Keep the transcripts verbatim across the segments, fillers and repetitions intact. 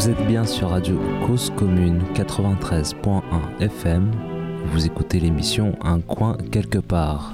Vous êtes bien sur Radio Cause Commune quatre-vingt-treize point un F M. Vous écoutez l'émission Un coin quelque part.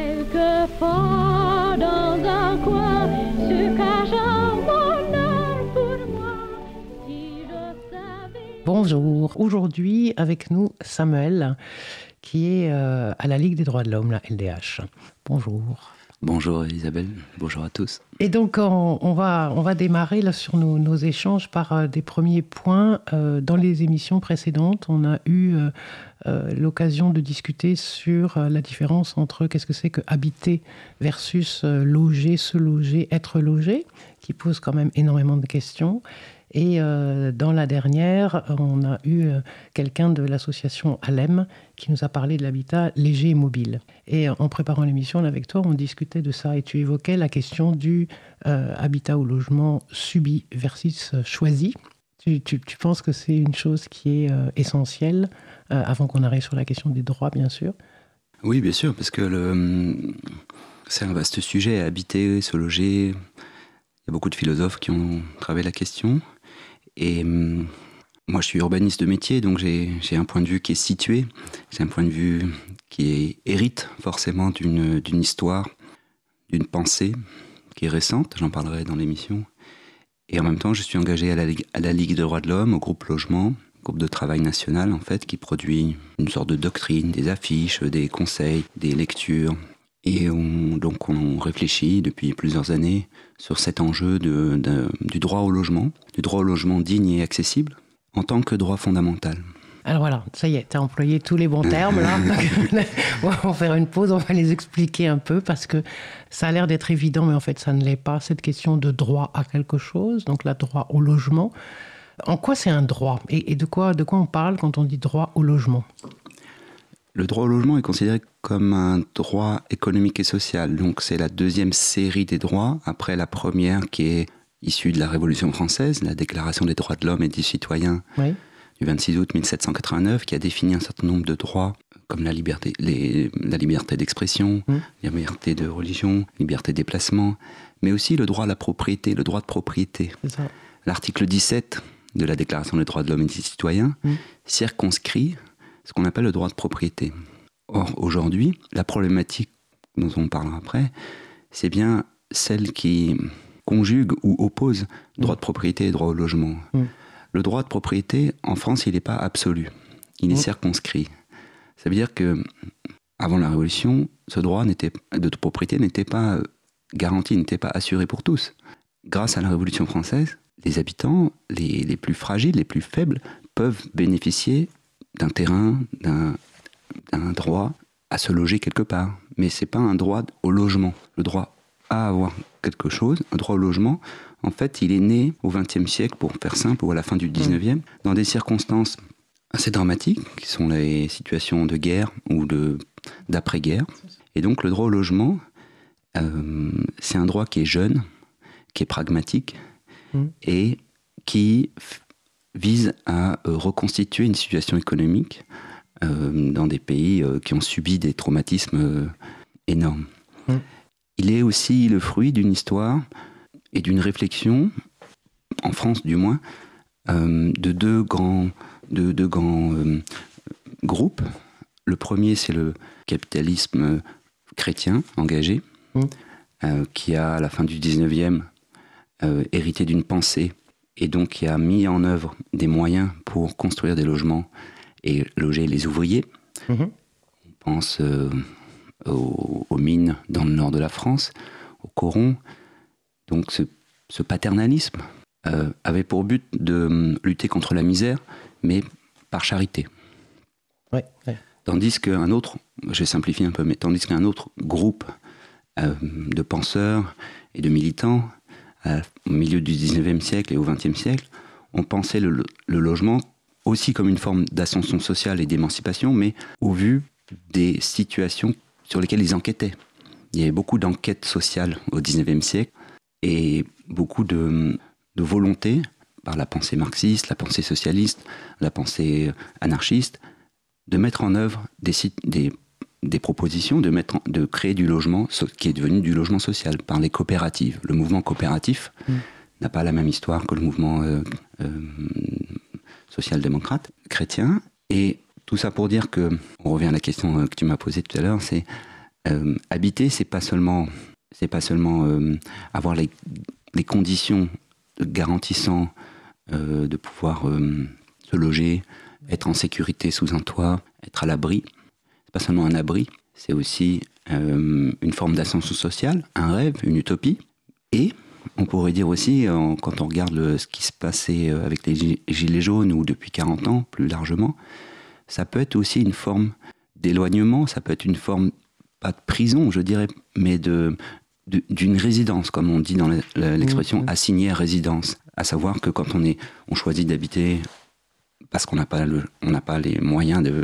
Quelquefois dans un coin se cache un bonheur pour moi. Si je savais... Bonjour. Aujourd'hui avec nous Samuel qui est euh, à la Ligue des droits de l'homme, la L D H. Bonjour. Bonjour Isabelle, bonjour à tous. Et donc on, on, va, on va démarrer là sur nos, nos échanges par euh, des premiers points. Euh, dans les émissions précédentes, on a eu euh, euh, l'occasion de discuter sur euh, la différence entre qu'est-ce que c'est que habiter versus euh, loger, se loger, être logé, qui pose quand même énormément de questions. Et euh, dans la dernière, on a eu euh, quelqu'un de l'association Alem qui nous a parlé de l'habitat léger et mobile. Et en préparant l'émission avec toi, on discutait de ça et tu évoquais la question du euh, habitat ou logement subi versus choisi. Tu, tu, tu penses que c'est une chose qui est euh, essentielle, euh, avant qu'on arrive sur la question des droits, bien sûr? Oui, bien sûr, parce que le, c'est un vaste sujet, habiter, se loger. Il y a beaucoup de philosophes qui ont travaillé la question. Et hum, moi, je suis urbaniste de métier, donc j'ai, j'ai un point de vue qui est situé. J'ai un point de vue qui est, hérite forcément d'une, d'une histoire, d'une pensée qui est récente. J'en parlerai dans l'émission. Et en même temps, je suis engagé à la, à la Ligue des droits de l'homme, au groupe Logement, groupe de travail national, en fait, qui produit une sorte de doctrine, des affiches, des conseils, des lectures. Et on, donc on réfléchit depuis plusieurs années sur cet enjeu de, de, du droit au logement, du droit au logement digne et accessible, en tant que droit fondamental. Alors voilà, ça y est, tu as employé tous les bons termes là. On va faire une pause, on va les expliquer un peu parce que ça a l'air d'être évident, mais en fait ça ne l'est pas, cette question de droit à quelque chose, donc le droit au logement. En quoi c'est un droit ? Et, et de quoi, de quoi on parle quand on dit droit au logement ? Le droit au logement est considéré comme un droit économique et social. Donc c'est la deuxième série des droits, après la première qui est issue de la Révolution française, la Déclaration des droits de l'homme et du citoyen oui. du vingt-six août mille sept cent quatre-vingt-neuf, qui a défini un certain nombre de droits, comme la liberté, les, la liberté d'expression, mmh. la liberté de religion, liberté de déplacement, mais aussi le droit à la propriété, le droit de propriété. C'est ça. L'article dix-sept de la Déclaration des droits de l'homme et du citoyen mmh. circonscrit ce qu'on appelle le droit de propriété. Or, aujourd'hui, la problématique dont on parlera après, c'est bien celle qui conjugue ou oppose droit de propriété et droit au logement. Mm. Le droit de propriété, en France, il n'est pas absolu. Il est mm. circonscrit. Ça veut dire que, avant la Révolution, ce droit n'était, de propriété n'était pas garanti, n'était pas assuré pour tous. Grâce à la Révolution française, les habitants, les, les plus fragiles, les plus faibles, peuvent bénéficier d'un terrain, d'un, d'un droit à se loger quelque part. Mais ce n'est pas un droit au logement. Le droit à avoir quelque chose, un droit au logement, en fait, il est né au vingtième siècle, pour faire simple, ou à la fin du dix-neuvième, dans des circonstances assez dramatiques, qui sont les situations de guerre ou de, d'après-guerre. Et donc, le droit au logement, euh, c'est un droit qui est jeune, qui est pragmatique, mmh. et qui vise à euh, reconstituer une situation économique euh, dans des pays euh, qui ont subi des traumatismes euh, énormes. Mmh. Il est aussi le fruit d'une histoire et d'une réflexion, en France du moins, euh, de deux grands, de, deux grands euh, groupes. Le premier, c'est le capitalisme chrétien engagé, mmh. euh, qui a, à la fin du dix-neuvième, euh, hérité d'une pensée et donc qui a mis en œuvre des moyens pour construire des logements et loger les ouvriers. Mmh. On pense euh, aux, aux mines dans le nord de la France, au coron. Donc ce, ce paternalisme euh, avait pour but de lutter contre la misère, mais par charité. Ouais, ouais. Tandis qu'un autre, je simplifie un peu, mais tandis qu'un autre groupe euh, de penseurs et de militants, au milieu du dix-neuvième siècle et au vingtième siècle, on pensait le, le logement aussi comme une forme d'ascension sociale et d'émancipation, mais au vu des situations sur lesquelles ils enquêtaient. Il y avait beaucoup d'enquêtes sociales au dix-neuvième siècle et beaucoup de, de volonté par la pensée marxiste, la pensée socialiste, la pensée anarchiste, de mettre en œuvre des, des, des propositions, de, mettre en, de créer du logement qui est devenu du logement social par les coopératives. Le mouvement coopératif mmh. n'a pas la même histoire que le mouvement euh, euh, social-démocrate chrétien. Et tout ça pour dire que, on revient à la question que tu m'as posée tout à l'heure, c'est euh, habiter, c'est pas seulement, c'est pas seulement euh, avoir les, les conditions garantissant euh, de pouvoir euh, se loger, être en sécurité sous un toit, être à l'abri. C'est pas seulement un abri, c'est aussi euh, une forme d'ascension sociale, un rêve, une utopie. Et on pourrait dire aussi, en, quand on regarde le, ce qui se passait avec les Gilets jaunes ou depuis quarante ans, plus largement, ça peut être aussi une forme d'éloignement, ça peut être une forme, pas de prison, je dirais, mais de, de, d'une résidence, comme on dit dans la, la, l'expression mmh. assignée à résidence. À savoir que quand on, est, on choisit d'habiter parce qu'on n'a pas, le, on n'a pas les moyens de, de,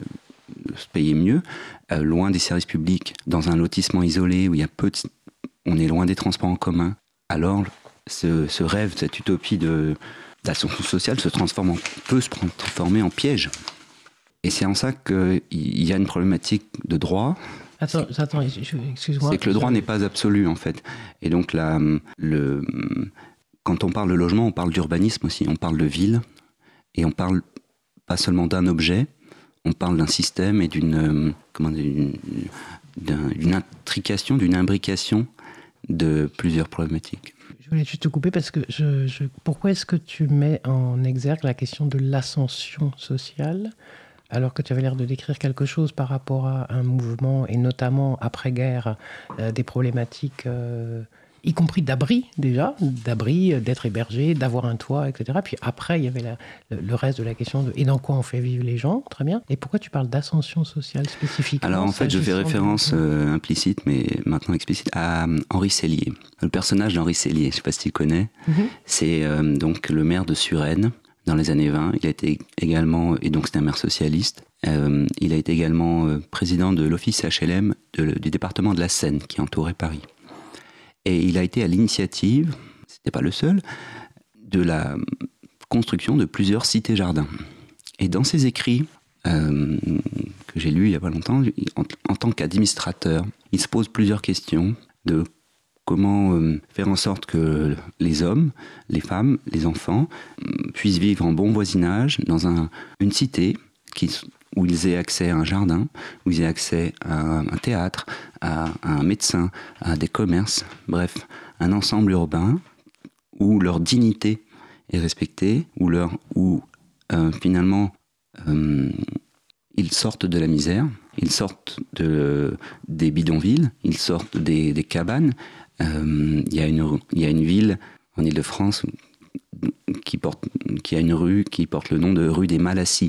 de se payer mieux, euh, loin des services publics, dans un lotissement isolé où il y a peu de, on est loin des transports en commun, alors ce, ce rêve, cette utopie de, d'ascension sociale se transforme en, peut se transformer en piège. Et c'est en ça qu'il y a une problématique de droit. Attends, attends, excuse-moi. C'est que le droit n'est pas absolu, en fait. Et donc, la, le, quand on parle de logement, on parle d'urbanisme aussi, on parle de ville, et on parle pas seulement d'un objet, on parle d'un système et d'une, comment dire, d'une, d'une intrication, d'une imbrication de plusieurs problématiques. Je voulais juste te couper parce que je, je, pourquoi est-ce que tu mets en exergue la question de l'ascension sociale alors que tu avais l'air de décrire quelque chose par rapport à un mouvement et notamment après-guerre euh, des problématiques, euh, y compris d'abri déjà, d'abri, d'être hébergé, d'avoir un toit, et cetera. Puis après, il y avait la, le, le reste de la question de et dans quoi on fait vivre les gens, très bien. Et pourquoi tu parles d'ascension sociale spécifiquement? Alors en fait, je fais référence de... euh, implicite, mais maintenant explicite, à euh, Henri Sellier. Le personnage d'Henri Sellier, je ne sais pas si tu connais, mm-hmm. c'est euh, donc le maire de Suresnes. Dans les années vingt, il a été également, et donc c'est un maire socialiste, euh, il a été également euh, président de l'office H L M de, du département de la Seine, qui entourait Paris. Et il a été à l'initiative, c'était pas le seul, de la construction de plusieurs cités-jardins. Et dans ses écrits, euh, que j'ai lus il y a pas longtemps, en, en tant qu'administrateur, il se pose plusieurs questions de comment euh, faire en sorte que les hommes, les femmes, les enfants euh, puissent vivre en bon voisinage dans un, une cité qui, où ils aient accès à un jardin, où ils aient accès à un théâtre, à, à un médecin, à des commerces, bref, un ensemble urbain où leur dignité est respectée, où, leur, où euh, finalement euh, ils sortent de la misère, ils sortent de, des bidonvilles, ils sortent des, des cabanes. Il euh, y, y a une ville en Île-de-France qui, porte, qui a une rue qui porte le nom de rue des Malassis.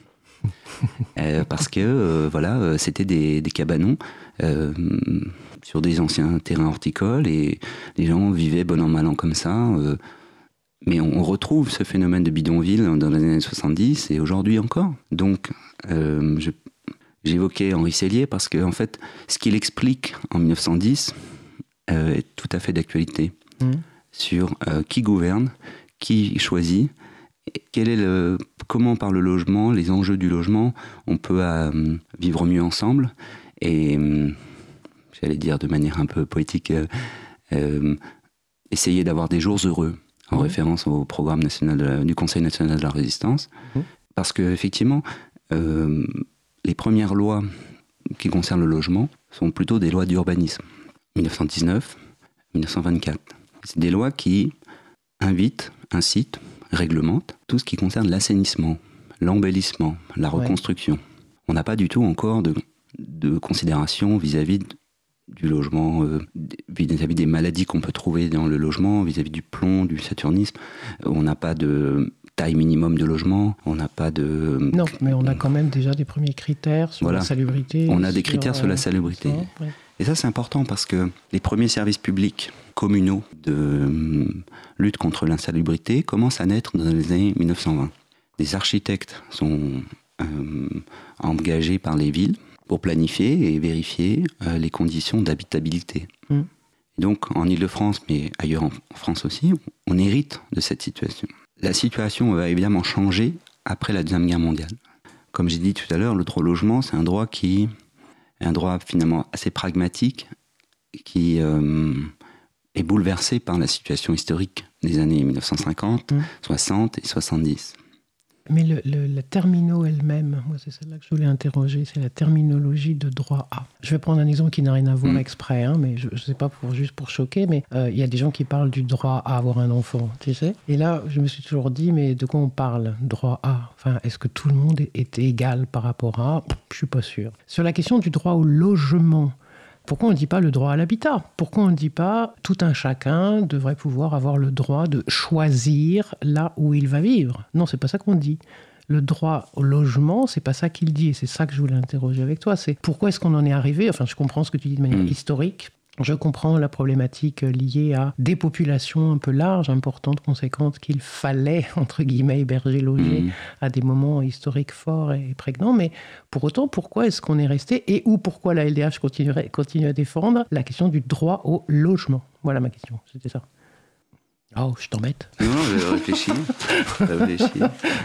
euh, parce que euh, voilà, c'était des, des cabanons euh, sur des anciens terrains horticoles et les gens vivaient bon an mal an comme ça. Euh, mais on, on retrouve ce phénomène de bidonville dans les années soixante-dix et aujourd'hui encore. Donc, euh, je, j'évoquais Henri Sellier parce que en fait, ce qu'il explique en mille neuf cent dix Euh, est tout à fait d'actualité mmh. sur euh, qui gouverne, qui choisit, et quel est le, comment par le logement, les enjeux du logement, on peut euh, vivre mieux ensemble et, euh, j'allais dire de manière un peu poétique, euh, euh, essayer d'avoir des jours heureux, en mmh. référence au programme national de la, du Conseil national de la résistance, mmh. parce qu'effectivement, euh, les premières lois qui concernent le logement sont plutôt des lois d'urbanisme. mille neuf cent dix-neuf, mille neuf cent vingt-quatre. C'est des lois qui invitent, incitent, réglementent tout ce qui concerne l'assainissement, l'embellissement, la reconstruction. Ouais. On n'a pas du tout encore de, de considération vis-à-vis du logement, euh, vis-à-vis des maladies qu'on peut trouver dans le logement, vis-à-vis du plomb, du saturnisme. On n'a pas de taille minimum de logement, on n'a pas de... Non, mais on a quand même déjà des premiers critères sur voilà. la salubrité. On a des sur, critères sur la salubrité. Ça, ouais. Et ça, c'est important parce que les premiers services publics communaux de euh, lutte contre l'insalubrité commencent à naître dans les années mille neuf cent vingt. Des architectes sont euh, engagés par les villes pour planifier et vérifier euh, les conditions d'habitabilité. Mmh. Et donc, en Île-de-France, mais ailleurs en France aussi, on hérite de cette situation. La situation va évidemment changer après la Deuxième Guerre mondiale. Comme j'ai dit tout à l'heure, le droit au logement, c'est un droit qui est un droit finalement assez pragmatique, qui euh, est bouleversé par la situation historique des années mille neuf cent cinquante, Mmh. soixante et soixante-dix. Mais le, le, la termino elle-même, moi c'est celle-là que je voulais interroger, c'est la terminologie de droit A. Je vais prendre un exemple qui n'a rien à voir Mm. exprès, hein, mais je ne sais pas pour, juste pour choquer, mais il euh, y a des gens qui parlent du droit à avoir un enfant, tu sais. Et là, je me suis toujours dit, mais de quoi on parle, droit A? Enfin, est-ce que tout le monde est, est égal par rapport à? Je ne suis pas sûr. Sur la question du droit au logement, pourquoi on ne dit pas le droit à l'habitat? Pourquoi on ne dit pas tout un chacun devrait pouvoir avoir le droit de choisir là où il va vivre? Non, c'est pas ça qu'on dit. Le droit au logement, c'est pas ça qu'il dit. Et c'est ça que je voulais interroger avec toi. C'est pourquoi est-ce qu'on en est arrivé? Enfin, je comprends ce que tu dis de manière mmh. historique. Je comprends la problématique liée à des populations un peu larges, importantes, conséquentes, qu'il fallait, entre guillemets, héberger, loger mmh. à des moments historiques forts et prégnants. Mais pour autant, pourquoi est-ce qu'on est resté et ou pourquoi la L D H continue, continue à défendre la question du droit au logement? Voilà ma question, c'était ça. Oh, je t'embête. Non, non, je réfléchis. Je réfléchis.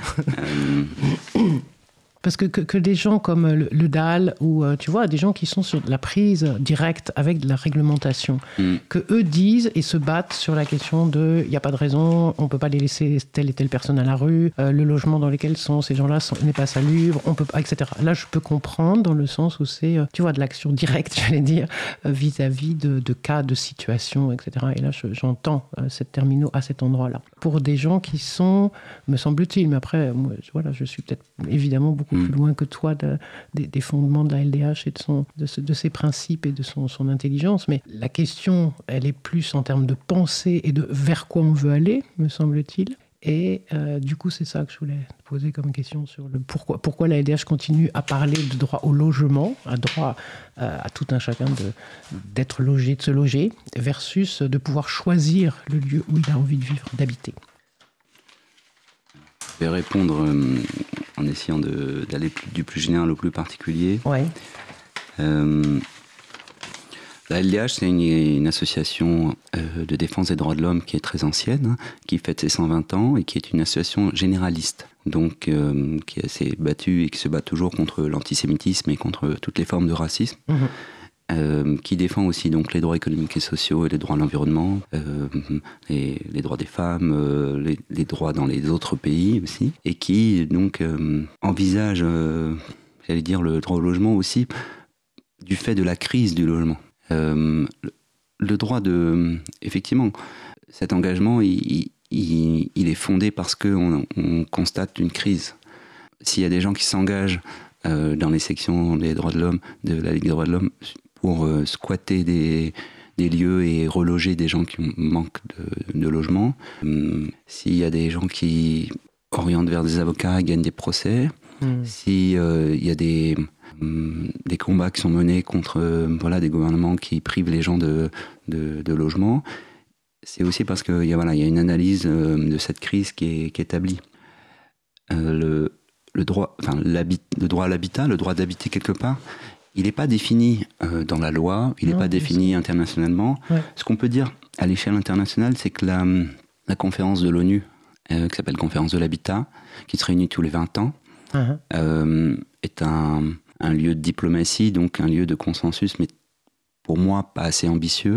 Euh... Parce que, que, que des gens comme le, le D A L ou, euh, tu vois, des gens qui sont sur la prise directe avec de la réglementation, mm. que eux disent et se battent sur la question de il n'y a pas de raison, on ne peut pas les laisser telle et telle personne à la rue, euh, le logement dans lequel sont ces gens-là sont, n'est pas salubre, on peut pas, et cetera. Là, je peux comprendre dans le sens où c'est, euh, tu vois, de l'action directe, j'allais dire, euh, vis-à-vis de, de cas, de situations, et cetera. Et là, je, j'entends euh, cette termino à cet endroit-là. Pour des gens qui sont, me semble-t-il, mais après, moi, voilà, je suis peut-être évidemment beaucoup plus loin que toi de, de, des fondements de la L D H et de, son, de, ce, de ses principes et de son, son intelligence. Mais la question, elle est plus en termes de pensée et de vers quoi on veut aller, me semble-t-il. Et euh, du coup, c'est ça que je voulais poser comme question sur le pourquoi, pourquoi la L D H continue à parler de droit au logement, à droit euh, à tout un chacun de, d'être logé, de se loger, versus de pouvoir choisir le lieu où il a envie de vivre, d'habiter. Je vais répondre euh, en essayant de, d'aller plus, du plus général au plus particulier. Ouais. Euh, la L D H, c'est une, une association euh, de défense des droits de l'homme qui est très ancienne, hein, qui fête ses cent vingt ans et qui est une association généraliste, donc euh, qui s'est battue et qui se bat toujours contre l'antisémitisme et contre toutes les formes de racisme. Mmh. Euh, qui défend aussi donc les droits économiques et sociaux et les droits à l'environnement, euh, et les droits des femmes, euh, les, les droits dans les autres pays aussi, et qui donc euh, envisage, euh, j'allais dire, le droit au logement aussi du fait de la crise du logement. Euh, le, le droit de, effectivement, cet engagement, il, il, il est fondé parce qu'on on constate une crise. S'il y a des gens qui s'engagent euh, dans les sections des droits de l'homme, de la Ligue des droits de l'homme, pour euh, squatter des, des lieux et reloger des gens qui manquent de, de logement. Hum, s'il y a des gens qui orientent vers des avocats et gagnent des procès, mmh. s'il euh, y a des, hum, des combats qui sont menés contre euh, voilà, des gouvernements qui privent les gens de, de, de logement, c'est aussi parce qu'il y a, voilà, y a une analyse euh, de cette crise qui est, qui est établie. Euh, le, le, droit, enfin, le droit à l'habitat, le droit d'habiter quelque part, il n'est pas défini euh, dans la loi, il n'est pas défini ça. internationalement. Ouais. Ce qu'on peut dire à l'échelle internationale, c'est que la, la conférence de l'ONU, euh, qui s'appelle Conférence de l'habitat, qui se réunit tous les vingt ans, uh-huh. euh, est un, un lieu de diplomatie, donc un lieu de consensus, mais pour moi, pas assez ambitieux.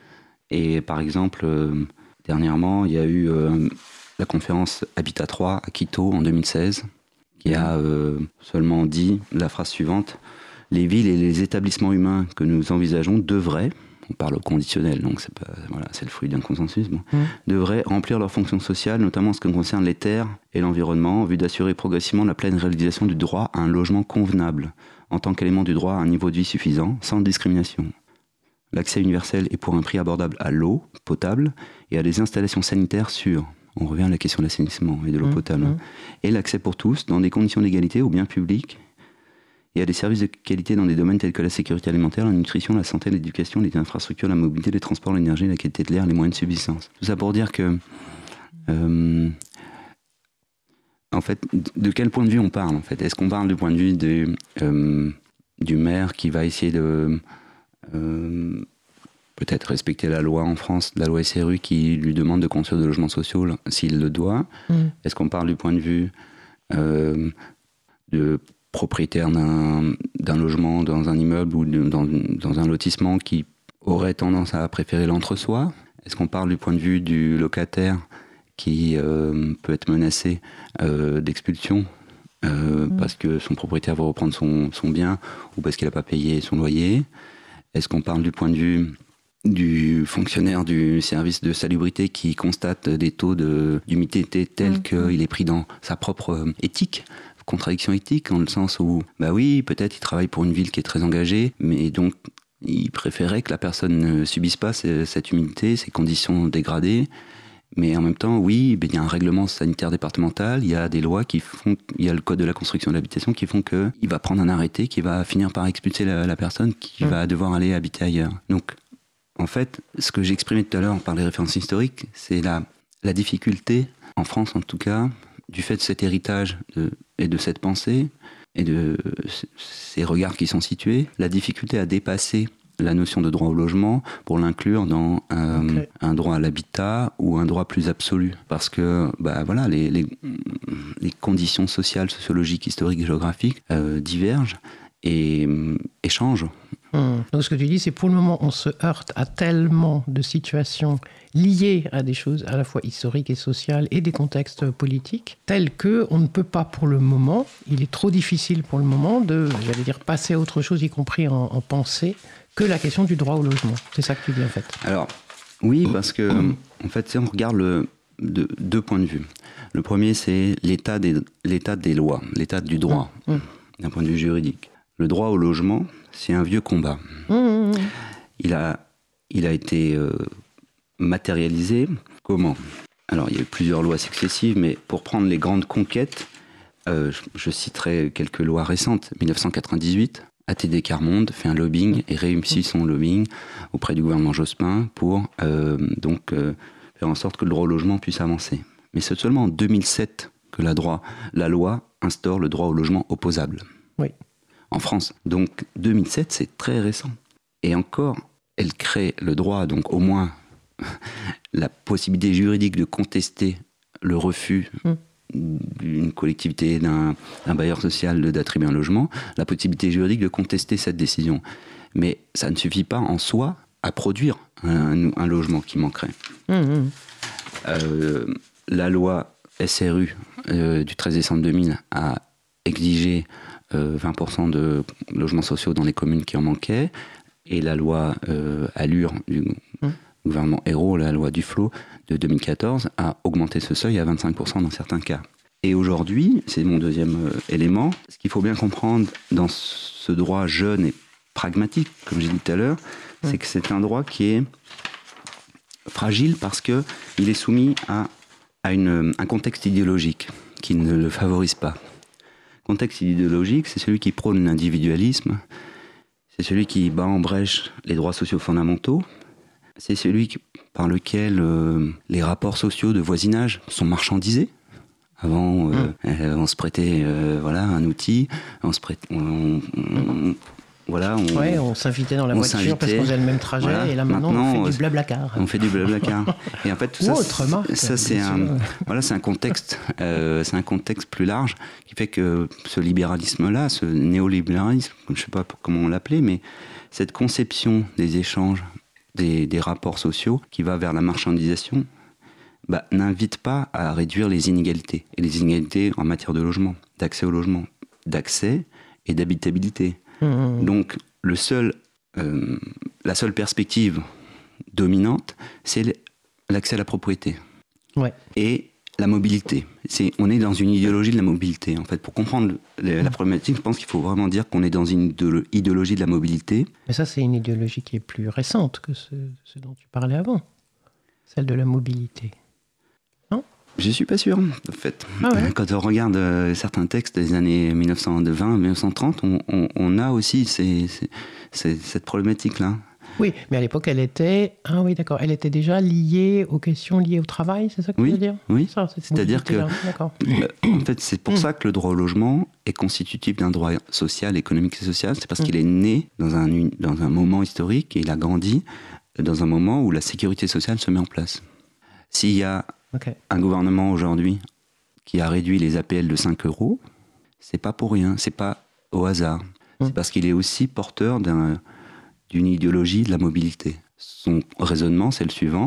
Et par exemple, euh, dernièrement, il y a eu euh, la conférence Habitat trois à Quito en deux mille seize, qui a euh, seulement dit la phrase suivante: les villes et les établissements humains que nous envisageons devraient, on parle au conditionnel, donc c'est, pas, voilà, c'est le fruit d'un consensus, bon, mmh. devraient remplir leurs fonctions sociales, notamment en ce qui concerne les terres et l'environnement, en vue d'assurer progressivement la pleine réalisation du droit à un logement convenable, en tant qu'élément du droit à un niveau de vie suffisant, sans discrimination. L'accès universel et pour un prix abordable à l'eau potable et à des installations sanitaires sûres. On revient à la question de l'assainissement et de l'eau mmh. potable. Mmh. Et l'accès pour tous, dans des conditions d'égalité, aux biens publics, et à des services de qualité dans des domaines tels que la sécurité alimentaire, la nutrition, la santé, l'éducation, les infrastructures, la mobilité, les transports, l'énergie, la qualité de l'air, les moyens de subsistance. Tout ça pour dire que, euh, en fait, de quel point de vue on parle, en fait ? Est-ce qu'on parle du point de vue de, euh, du maire qui va essayer de euh, peut-être respecter la loi en France, la loi S R U qui lui demande de construire des logements sociaux s'il le doit ? mmh. Est-ce qu'on parle du point de vue euh, de propriétaire d'un, d'un logement dans un immeuble ou de, dans, dans un lotissement qui aurait tendance à préférer l'entre-soi ? Est-ce qu'on parle du point de vue du locataire qui euh, peut être menacé euh, d'expulsion euh, mmh. parce que son propriétaire va reprendre son, son bien ou parce qu'il n'a pas payé son loyer? Est-ce qu'on parle du point de vue du fonctionnaire du service de salubrité qui constate des taux de, d'humidité tels mmh. qu'il est pris dans sa propre éthique, contradiction éthique, dans le sens où, bah oui, peut-être il travaille pour une ville qui est très engagée, mais donc il préférait que la personne ne subisse pas cette humidité, ces conditions dégradées. Mais en même temps, oui, il y a un règlement sanitaire départemental, il y a des lois qui font, il y a le code de la construction et de l'habitation qui font qu'il va prendre un arrêté qui va finir par expulser la, la personne qui mmh. va devoir aller habiter ailleurs. Donc, en fait, ce que j'exprimais tout à l'heure par les références historiques, c'est la, la difficulté, en France en tout cas, du fait de cet héritage de, et de cette pensée et de ces regards qui sont situés, la difficulté à dépasser la notion de droit au logement pour l'inclure dans euh, okay. un droit à l'habitat ou un droit plus absolu. Parce que bah, voilà, les, les, les conditions sociales, sociologiques, historiques et géographiques euh, divergent et, et changent. Hum. Donc ce que tu dis, c'est pour le moment, on se heurte à tellement de situations liées à des choses à la fois historiques et sociales et des contextes politiques, tels qu'on ne peut pas pour le moment, il est trop difficile pour le moment de, j'allais dire, passer à autre chose, y compris en, en pensée, que la question du droit au logement. C'est ça que tu dis en fait. Alors, oui, parce que en fait, on regarde le, de, deux points de vue. Le premier, c'est l'état des, l'état des lois, l'état du droit, mmh. d'un point de vue juridique. Le droit au logement, c'est un vieux combat. Mmh. Il a, il a été euh, matérialisé. Comment ? Alors, il y a eu plusieurs lois successives, mais pour prendre les grandes conquêtes, euh, je, je citerai quelques lois récentes. dix-neuf cent quatre-vingt-dix-huit, A T D Quart Monde fait un lobbying et réussit son lobbying auprès du gouvernement Jospin pour euh, donc, euh, faire en sorte que le droit au logement puisse avancer. Mais c'est seulement en deux mille sept que la, droit, la loi instaure le droit au logement opposable. Oui. En France. Donc deux mille sept, c'est très récent. Et encore, elle crée le droit, donc au moins la possibilité juridique de contester le refus mmh. d'une collectivité, d'un, d'un bailleur social d'attribuer un logement, la possibilité juridique de contester cette décision. Mais ça ne suffit pas en soi à produire un, un logement qui manquerait. Mmh. Euh, la loi S R U euh, du treize décembre deux mille a exigé Euh, vingt pour cent de logements sociaux dans les communes qui en manquaient, et la loi euh, Allure du mmh. gouvernement Ayrault, la loi Duflot de deux mille quatorze, a augmenté ce seuil à vingt-cinq pour cent dans certains cas. Et aujourd'hui, c'est mon deuxième euh, élément, ce qu'il faut bien comprendre dans ce droit jeune et pragmatique, comme j'ai dit tout à l'heure, mmh. c'est que c'est un droit qui est fragile parce qu'il est soumis à, à une, un contexte idéologique qui ne le favorise pas. Le contexte idéologique, c'est celui qui prône l'individualisme, c'est celui qui bat en brèche les droits sociaux fondamentaux, c'est celui qui, par lequel euh, les rapports sociaux de voisinage sont marchandisés. Avant, euh, mmh. on se prêtait euh, voilà, un outil, on se prêtait... On, on, Voilà, on, ouais, on s'invitait dans la voiture s'invitait. Parce qu'on faisait le même trajet, voilà. Et là maintenant, maintenant on fait du blablacar. On fait du blablacar. Et en fait, tout Ou ça, autre marque, ça c'est un, voilà, c'est un contexte, euh, c'est un contexte plus large qui fait que ce libéralisme-là, ce néolibéralisme, je ne sais pas comment on l'appelait, mais cette conception des échanges, des, des rapports sociaux qui va vers la marchandisation, bah, n'invite pas à réduire les inégalités. Et les inégalités en matière de logement, d'accès au logement, d'accès et d'habitabilité. Mmh. Donc, le seul, euh, la seule perspective dominante, c'est l'accès à la propriété. Ouais. Et la mobilité. C'est, on est dans une idéologie de la mobilité, en fait. Pour comprendre le, la problématique, je pense qu'il faut vraiment dire qu'on est dans une idéologie de la mobilité. Mais ça, c'est une idéologie qui est plus récente que ce, ce dont tu parlais avant. Celle de la mobilité. Non ? Je ne suis pas sûr, en fait. Ah ouais. Quand on regarde euh, certains textes des années mille neuf cent vingt, mille neuf cent trente, on, on, on a aussi ces, ces, ces, cette problématique-là. Oui, mais à l'époque, elle était... Ah oui, d'accord. Elle était déjà liée aux questions liées au travail, c'est ça que oui, tu veux dire ? Oui, ça, c'est-à-dire que... D'accord. En fait, c'est pour mmh. ça que le droit au logement est constitutif d'un droit social, économique et social. C'est parce mmh. qu'il est né dans un, dans un moment historique et il a grandi dans un moment où la sécurité sociale se met en place. S'il y a okay. un gouvernement aujourd'hui qui a réduit les A P L de cinq euros, c'est pas pour rien, c'est pas au hasard. Mmh. C'est parce qu'il est aussi porteur d'un... d'une idéologie de la mobilité. Son raisonnement, c'est le suivant.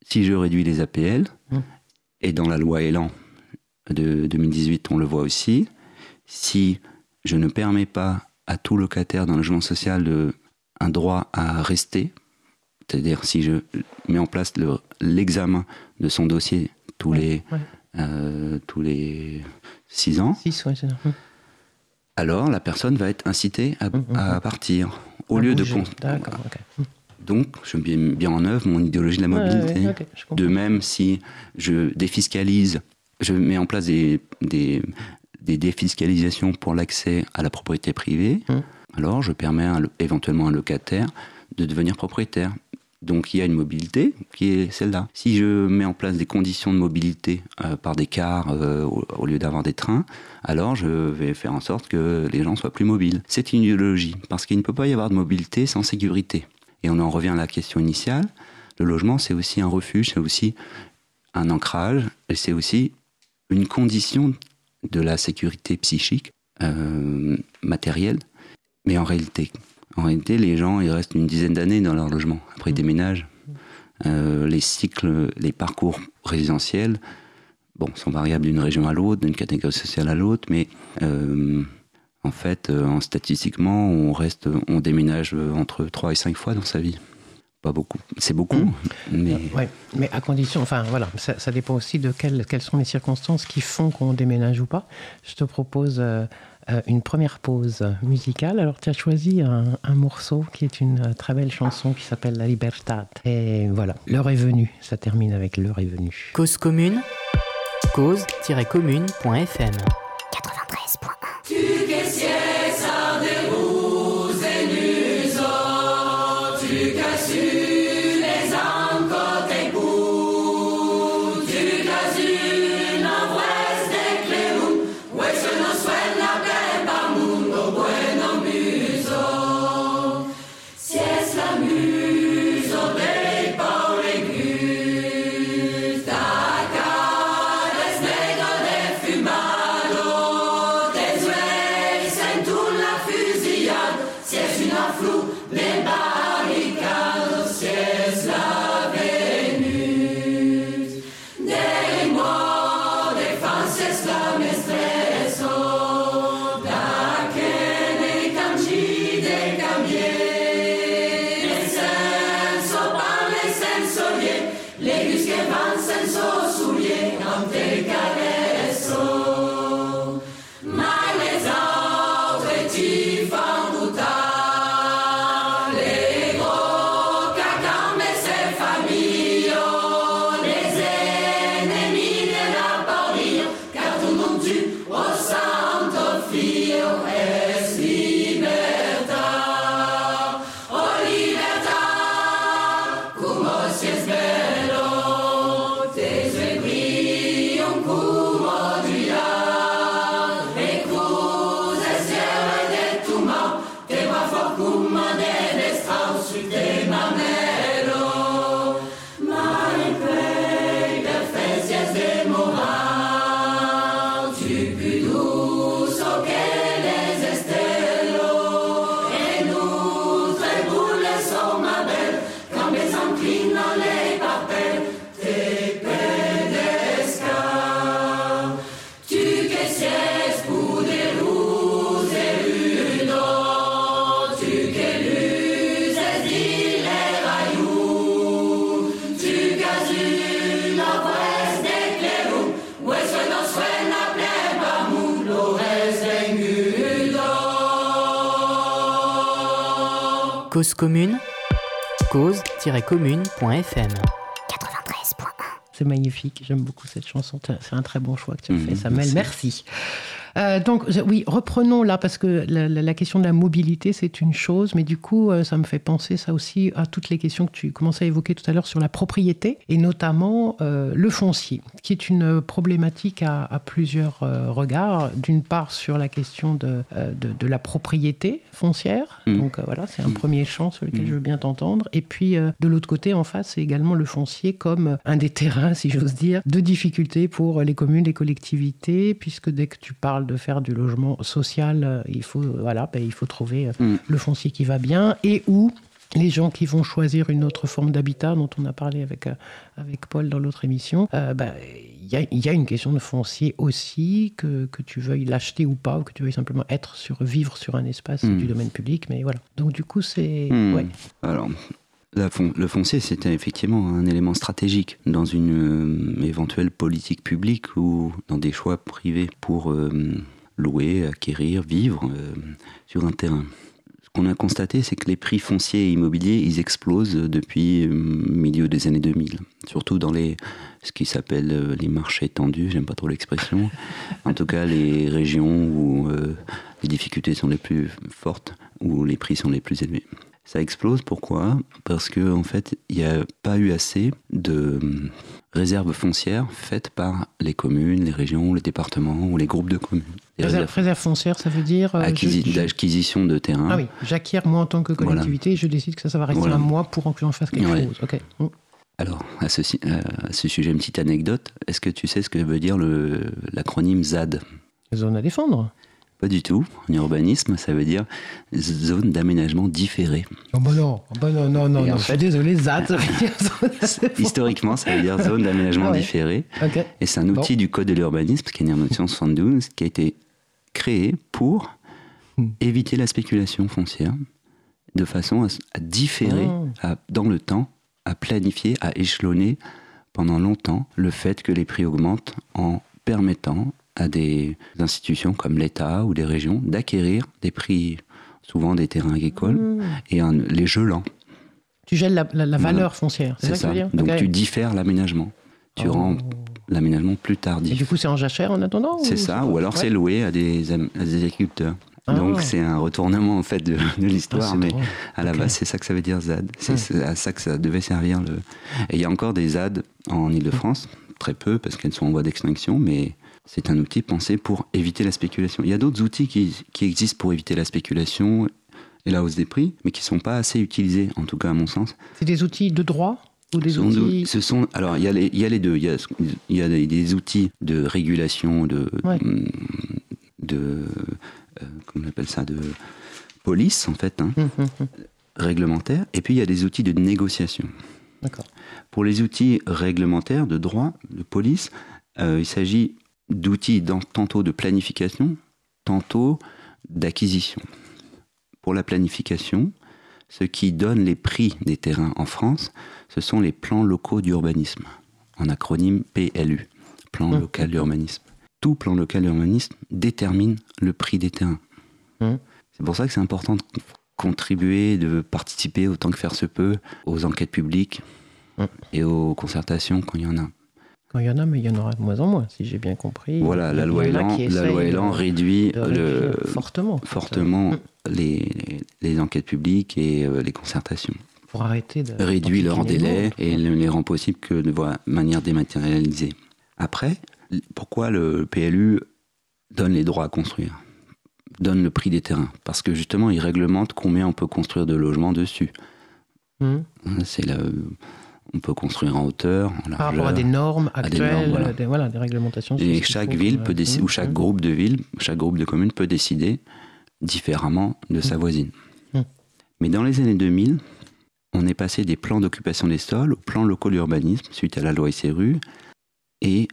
si je réduis les A P L, mmh. et dans la loi Elan de deux mille dix-huit, on le voit aussi, si je ne permets pas à tout locataire dans le logement social de, un droit à rester, c'est-à-dire si je mets en place le, l'examen de son dossier tous, ouais, les, ouais. Euh, tous les six ans, six, ouais, c'est ça. alors la personne va être incitée à, mmh, à partir. Au à lieu bouger. de... Con- D'accord, ok. Donc, je mets bien en œuvre mon idéologie de la mobilité. Ouais, ouais, okay, de même, si je défiscalise, je mets en place des, des, des défiscalisations pour l'accès à la propriété privée, mmh. alors je permets à, éventuellement à un locataire de devenir propriétaire. Donc, il y a une mobilité qui est celle-là. Si je mets en place des conditions de mobilité euh, par des cars euh, au, au lieu d'avoir des trains, alors je vais faire en sorte que les gens soient plus mobiles. C'est une idéologie, parce qu'il ne peut pas y avoir de mobilité sans sécurité. Et on en revient à la question initiale. Le logement, c'est aussi un refuge, c'est aussi un ancrage, et c'est aussi une condition de la sécurité psychique, euh, matérielle. Mais en réalité, en réalité, les gens, ils restent une dizaine d'années dans leur logement. Après, ils déménagent. Euh, les cycles, les parcours résidentiels, bon, sont variables d'une région à l'autre, d'une catégorie sociale à l'autre, mais... Euh, En fait, euh, en statistiquement, on reste, on déménage entre trois et cinq fois dans sa vie. Pas beaucoup. C'est beaucoup, mmh. mais... Ouais, mais à condition... Enfin, voilà, ça, ça dépend aussi de quelles, quelles sont les circonstances qui font qu'on déménage ou pas. Je te propose euh, une première pause musicale. Alors, tu as choisi un, un morceau qui est une très belle chanson qui s'appelle La Libertad. Et voilà, l'heure est venue. Ça termine avec l'heure est venue. Cause commune, cause tiret commune point f m. quatre-vingt-treize point un. Tu que sies a de rus en uso, tu que su les encore te pu, tu que su no vues de clerum, hueso no suena pepa mundo bueno muso, si es la muso de Paul Gus, da cara es negro de fumado. Si es una flu de barricados, si es la Venus de moi de fances la mestreso da que ne canci de cambier el senso pan el senso bien le gus que van senso sulie ante careso ma les autres ti fan Cause commune, cause tiret commune point f m. quatre-vingt-treize point un. C'est magnifique, j'aime beaucoup cette chanson, c'est un très bon choix que tu as fait, Mmh, Samuel, merci. merci. Euh, donc oui, reprenons là, parce que la, la, la question de la mobilité, c'est une chose, mais du coup, euh, ça me fait penser ça aussi à toutes les questions que tu commençais à évoquer tout à l'heure sur la propriété, et notamment euh, le foncier, qui est une problématique à, à plusieurs euh, regards. D'une part, sur la question de, euh, de, de la propriété foncière, mmh. donc euh, voilà, c'est un mmh. premier champ sur lequel mmh. je veux bien t'entendre, et puis euh, de l'autre côté, en face, c'est également le foncier comme un des terrains, si j'ose dire, de difficulté pour les communes, les collectivités, puisque dès que tu parles de faire du logement social, il faut, voilà, ben, il faut trouver mm. le foncier qui va bien et où les gens qui vont choisir une autre forme d'habitat, dont on a parlé avec, euh, avec Paul dans l'autre émission, euh, bah, y a, y a une question de foncier aussi, que, que tu veuilles l'acheter ou pas, ou que tu veuilles simplement être sur, vivre sur un espace mmh. du domaine public, mais voilà. Donc du coup, c'est... Mmh. Ouais. Alors, la fon- le foncier, c'était effectivement un élément stratégique dans une euh, éventuelle politique publique ou dans des choix privés pour euh, louer, acquérir, vivre euh, sur un terrain. Ce qu'on a constaté, c'est que les prix fonciers et immobiliers, ils explosent depuis le milieu des années deux mille. Surtout dans les, ce qui s'appelle les marchés tendus, j'aime pas trop l'expression. En tout cas, les régions où euh, les difficultés sont les plus fortes, où les prix sont les plus élevés. Ça explose, pourquoi ? Parce qu'en en fait, il n'y a pas eu assez de réserves foncières faites par les communes, les régions, les départements ou les groupes de communes. Réserve, réserve foncière, ça veut dire... Euh, Acquisi- je, je... D'acquisition de terrain. Ah oui, j'acquiers moi en tant que collectivité, voilà. Je décide que ça, ça va rester voilà. à moi pour que j'en fasse quelque ouais. chose. Okay. Mmh. Alors, à ce, à ce sujet, une petite anecdote. Est-ce que tu sais ce que veut dire le, l'acronyme ZAD ? Zone à défendre. Pas du tout. En urbanisme, ça veut dire zone d'aménagement différé. Oh bah non, oh bah non, non, non, non. Je suis désolé, Z A D, ça veut dire zone... Historiquement, ça veut dire zone d'aménagement ah ouais. différé. Okay. Et c'est un outil bon. du Code de l'urbanisme, qui est né en dix-neuf cent soixante-douze, qui a été créé pour hmm. éviter la spéculation foncière, de façon à, à différer hmm. à, dans le temps, à planifier, à échelonner pendant longtemps le fait que les prix augmentent en permettant à des institutions comme l'État ou des régions d'acquérir des prix, souvent des terrains agricoles, mmh. et en les gelant. Tu gèles la, la, la valeur voilà. foncière, c'est, c'est ça, ça que tu veux dire ? Donc okay. tu diffères l'aménagement. Tu oh. rends l'aménagement plus tardif. Et du coup, c'est en jachère en attendant ? C'est ou ça, ou alors ouais. c'est loué à des, à des agriculteurs. Ah. Donc c'est un retournement en fait de, de l'histoire, ah, mais drôle. à la okay. base c'est ça que ça veut dire Z A D. C'est, mmh. c'est à ça que ça devait servir. Le... Et il y a encore des Z A D en Ile-de-France, mmh. très peu parce qu'elles sont en voie d'extinction, mais c'est un outil pensé pour éviter la spéculation. Il y a d'autres outils qui, qui existent pour éviter la spéculation et la hausse des prix, mais qui ne sont pas assez utilisés, en tout cas à mon sens. C'est des outils de droit ou des sont outils... de, ce sont, alors, il y, a les, il y a les deux. Il y a, il y a des, des outils de régulation, de... Ouais. de euh, comment on appelle ça, de police, en fait, hein, mmh, mmh. réglementaire. Et puis, il y a des outils de négociation. D'accord. Pour les outils réglementaires, de droit, de police, euh, il s'agit d'outils dans, tantôt de planification, tantôt d'acquisition. Pour la planification, ce qui donne les prix des terrains en France, ce sont les plans locaux d'urbanisme, en acronyme P L U, plan mmh. local d'urbanisme. Tout plan local d'urbanisme détermine le prix des terrains. Mmh. C'est pour ça que c'est important de contribuer, de participer autant que faire se peut aux enquêtes publiques mmh. et aux concertations quand il y en a. Quand il y en a, mais il y en aura de moins en moins, si j'ai bien compris. Voilà, la loi Elan, la loi Elan de, réduit de le, fortement, fortement les, les enquêtes publiques et euh, les concertations. Pour arrêter de... Réduit leurs délais et ne les rend possibles que de manière dématérialisée. Après, pourquoi le P L U donne les droits à construire ? Donne le prix des terrains ? Parce que justement, il réglemente combien on peut construire de logements dessus. Mmh. C'est la... On peut construire en hauteur, en largeur. Par rapport à des normes actuelles, des, normes, voilà. Des, voilà, des réglementations. Et chaque ville peut décider, mmh, ou chaque mmh. groupe de villes, chaque groupe de communes peut décider différemment de mmh. sa voisine. Mmh. Mais dans les années deux mille, on est passé des plans d'occupation des sols aux plans locaux d'urbanisme suite à la loi S R U, et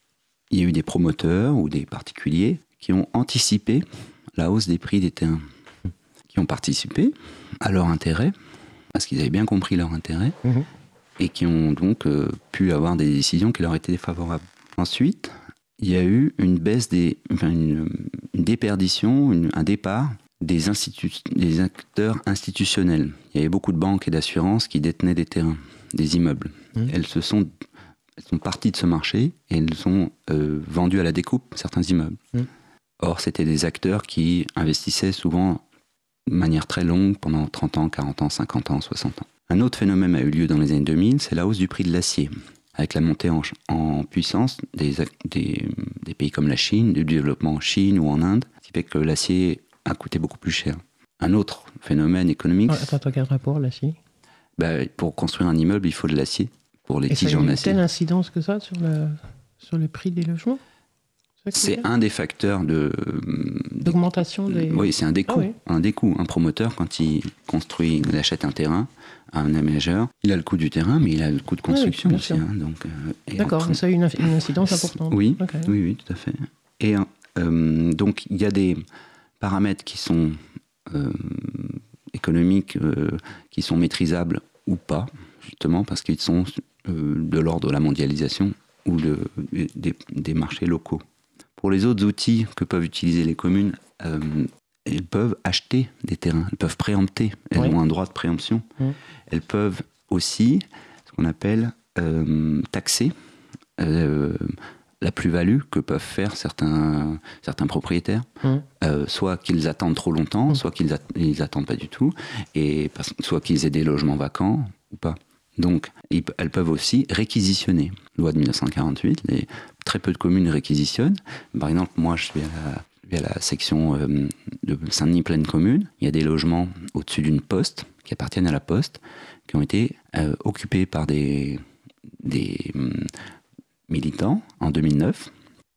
il y a eu des promoteurs ou des particuliers qui ont anticipé la hausse des prix des terrains, mmh. qui ont participé à leur intérêt, parce qu'ils avaient bien compris leur intérêt, mmh. et qui ont donc euh, pu avoir des décisions qui leur étaient favorables. Ensuite, il y a eu une baisse des, enfin une, une déperdition, une, un départ des, institu- des acteurs institutionnels. Il y avait beaucoup de banques et d'assurances qui détenaient des terrains, des immeubles. Mmh. Elles se sont, elles sont parties de ce marché et elles ont euh, vendu à la découpe certains immeubles. Mmh. Or, c'était des acteurs qui investissaient souvent de manière très longue, pendant trente ans, quarante ans, cinquante ans, soixante ans. Un autre phénomène a eu lieu dans les années deux mille, c'est la hausse du prix de l'acier, avec la montée en, en puissance des, des, des pays comme la Chine, du développement en Chine ou en Inde, ce qui fait que l'acier a coûté beaucoup plus cher. Un autre phénomène économique... Attends, attends, quel rapport, l'acier ? bah, Pour construire un immeuble, il faut de l'acier, pour les Et tiges en acier. Et ça a une telle incidence que ça sur le, sur le prix des logements ? C'est un des facteurs de... D'augmentation des... Oui, c'est un des coûts. Ah oui. Un des coûts. Un promoteur, quand il construit, il achète un terrain à un aménageur, il a le coût du terrain, mais il a le coût de construction oui, aussi. Hein, donc, euh, D'accord, mais ça a une, inf- une incidence importante. Oui, okay. oui, oui, tout à fait. Et euh, donc, il y a des paramètres qui sont euh, économiques, euh, qui sont maîtrisables ou pas, justement, parce qu'ils sont euh, de l'ordre de la mondialisation ou de, des, des marchés locaux. Pour les autres outils que peuvent utiliser les communes, euh, elles peuvent acheter des terrains, elles peuvent préempter, elles oui. ont un droit de préemption. Mmh. Elles peuvent aussi, ce qu'on appelle euh, taxer euh, la plus-value que peuvent faire certains, certains propriétaires, mmh. euh, soit qu'ils attendent trop longtemps, mmh. soit qu'ils at- attendent pas du tout, et parce, soit qu'ils aient des logements vacants ou pas. Donc, ils, elles peuvent aussi réquisitionner. Loi de dix-neuf cent quarante-huit, les, très peu de communes réquisitionnent. Par exemple, moi, je suis à la, je suis à la section euh, de Saint-Denis Pleine Commune. Il y a des logements au-dessus d'une poste, qui appartiennent à la poste, qui ont été euh, occupés par des, des euh, militants en deux mille neuf.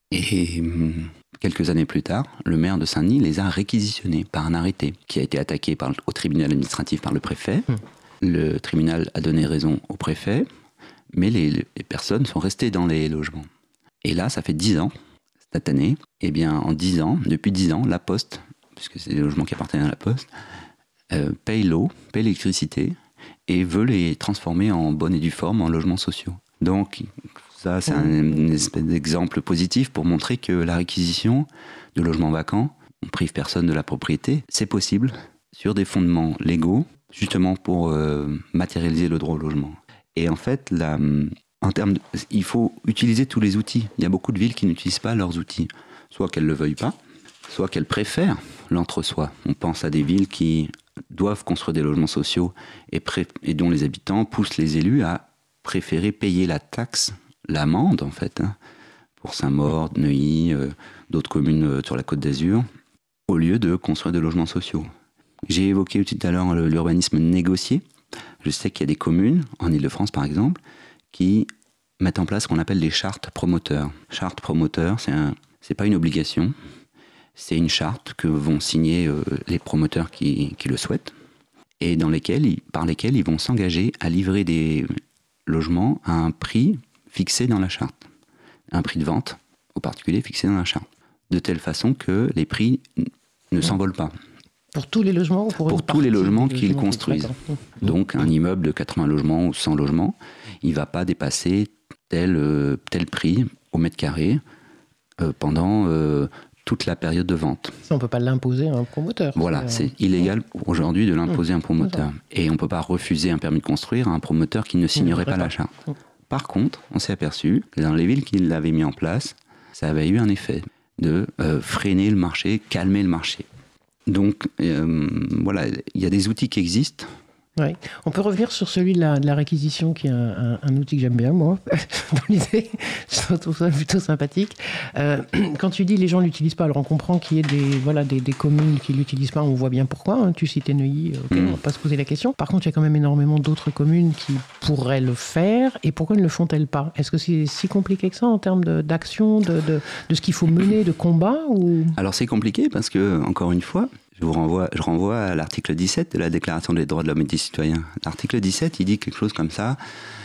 Et euh, quelques années plus tard, le maire de Saint-Denis les a réquisitionnés par un arrêté qui a été attaqué par, au tribunal administratif par le préfet. Mmh. Le tribunal a donné raison au préfet, mais les, les personnes sont restées dans les logements. Et là, ça fait dix ans, cette année, et bien en dix ans, depuis dix ans, la Poste, puisque c'est des logements qui appartiennent à la Poste, euh, paye l'eau, paye l'électricité, et veut les transformer en bonne et due forme en logements sociaux. Donc, ça, c'est un, une espèce d'exemple positif pour montrer que la réquisition de logements vacants, on prive personne de la propriété, c'est possible, sur des fondements légaux, justement pour euh, matérialiser le droit au logement. Et en fait, la, en termes de, il faut utiliser tous les outils. Il y a beaucoup de villes qui n'utilisent pas leurs outils. Soit qu'elles ne le veuillent pas, soit qu'elles préfèrent l'entre-soi. On pense à des villes qui doivent construire des logements sociaux et, pré- et dont les habitants poussent les élus à préférer payer la taxe, l'amende en fait, hein, pour Saint-Maur, Neuilly, euh, d'autres communes euh, sur la Côte d'Azur, au lieu de construire des logements sociaux. J'ai évoqué tout à l'heure l'urbanisme négocié. Je sais qu'il y a des communes, en Ile-de-France par exemple, qui mettent en place ce qu'on appelle des chartes promoteurs. Charte promoteur, c'est un, c'est pas une obligation, c'est une charte que vont signer euh, les promoteurs qui, qui le souhaitent, et dans lesquelles, par lesquelles ils vont s'engager à livrer des logements à un prix fixé dans la charte. Un prix de vente, au particulier, fixé dans la charte. De telle façon que les prix ne s'envolent pas. Pour tous les logements ou pour, pour tous les logements qu'ils logements construisent. Donc un immeuble de quatre-vingts logements ou cent logements, il ne va pas dépasser tel, euh, tel prix au mètre carré euh, pendant euh, toute la période de vente. Ça, on ne peut pas l'imposer à un promoteur. Voilà, c'est, c'est illégal aujourd'hui de l'imposer à un promoteur. Et on ne peut pas refuser un permis de construire à un promoteur qui ne signerait pas la charte. Par contre, on s'est aperçu que dans les villes qui l'avaient mis en place, ça avait eu un effet de euh, freiner le marché, calmer le marché. Donc, euh, voilà, il y a des outils qui existent. Oui. On peut revenir sur celui de la, de la réquisition, qui est un, un, un outil que j'aime bien, moi, dans l'idée. Je trouve ça plutôt sympathique. Euh, quand tu dis les gens ne l'utilisent pas, alors on comprend qu'il y ait des, voilà, des, des communes qui ne l'utilisent pas, on voit bien pourquoi. Hein. Tu citais Neuilly, okay, mmh. on ne va pas se poser la question. Par contre, il y a quand même énormément d'autres communes qui pourraient le faire. Et pourquoi ne le font-elles pas ? Est-ce que c'est si compliqué que ça en termes de, d'action, de, de, de ce qu'il faut mener, de combat ou... Alors c'est compliqué parce que, encore une fois, Je vous renvoie, je renvoie à l'article dix-sept de la Déclaration des droits de l'homme et des citoyens. L'article dix-sept, il dit quelque chose comme ça,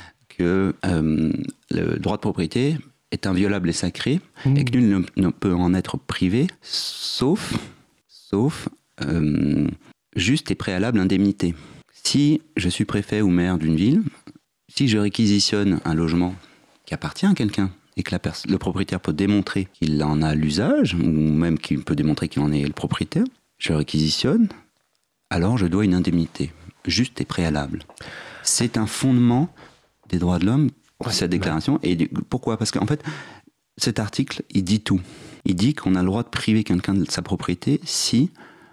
que euh, le droit de propriété est inviolable et sacré, mmh. et que nul ne, ne peut en être privé, sauf, sauf euh, juste et préalable indemnité. Si je suis préfet ou maire d'une ville, si je réquisitionne un logement qui appartient à quelqu'un, et que la pers- le propriétaire peut démontrer qu'il en a l'usage, ou même qu'il peut démontrer qu'il en est le propriétaire, je réquisitionne, alors je dois une indemnité, juste et préalable. C'est un fondement des droits de l'homme, ouais, cette déclaration. Et du, pourquoi ? Parce qu'en fait, cet article, il dit tout. Il dit qu'on a le droit de priver quelqu'un de sa propriété si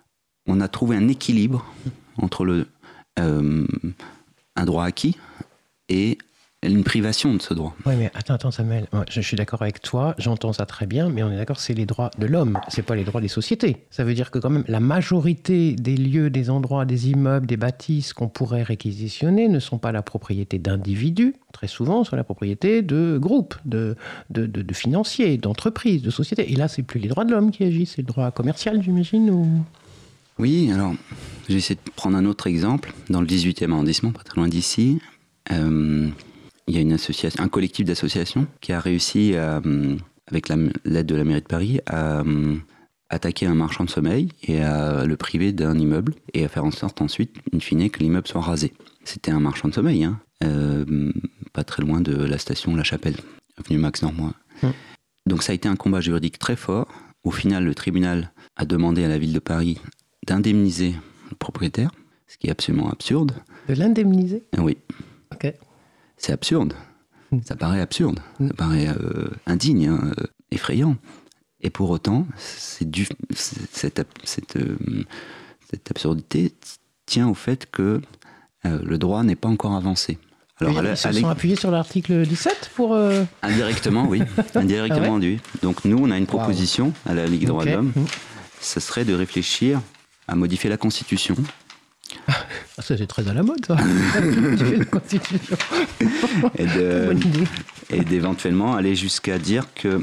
on a trouvé un équilibre entre le, euh, un droit acquis et une privation de ce droit. Oui, mais attends, attends, Samuel. Moi, je, je suis d'accord avec toi, j'entends ça très bien, mais on est d'accord, c'est les droits de l'homme, c'est pas les droits des sociétés. Ça veut dire que quand même, la majorité des lieux, des endroits, des immeubles, des bâtisses qu'on pourrait réquisitionner ne sont pas la propriété d'individus, très souvent, sont la propriété de groupes, de, de, de, de financiers, d'entreprises, de sociétés. Et là, c'est plus les droits de l'homme qui agissent, c'est le droit commercial, j'imagine, ou... Oui, alors, j'ai essayé de prendre un autre exemple. Dans le dix-huitième arrondissement, pas très loin d'ici, euh, il y a une association, un collectif d'associations qui a réussi, à, avec la, l'aide de la mairie de Paris, à attaquer un marchand de sommeil et à le priver d'un immeuble et à faire en sorte ensuite, in fine, que l'immeuble soit rasé. C'était un marchand de sommeil, hein, euh, pas très loin de la station La Chapelle, avenue Max Normois. Mmh. Donc ça a été un combat juridique très fort. Au final, le tribunal a demandé à la ville de Paris d'indemniser le propriétaire, ce qui est absolument absurde. De l'indemniser ? Oui. Ok. C'est absurde. Mmh. Ça paraît absurde. Mmh. Ça paraît euh, indigne, hein, euh, effrayant. Et pour autant, c'est du, c'est, cette, cette, euh, cette absurdité tient au fait que euh, le droit n'est pas encore avancé. Alors, ils à, se à sont appuyés sur l'article dix-sept pour... Euh... Indirectement, oui. Indirectement, ah ouais. oui. Donc nous, on a une proposition wow. à la Ligue des droits okay. de l'homme. Mmh. Ce serait de réfléchir à modifier la Constitution. Ah, ça, c'est très à la mode, ça. Modifier la Constitution. et, de, et d'éventuellement aller jusqu'à dire que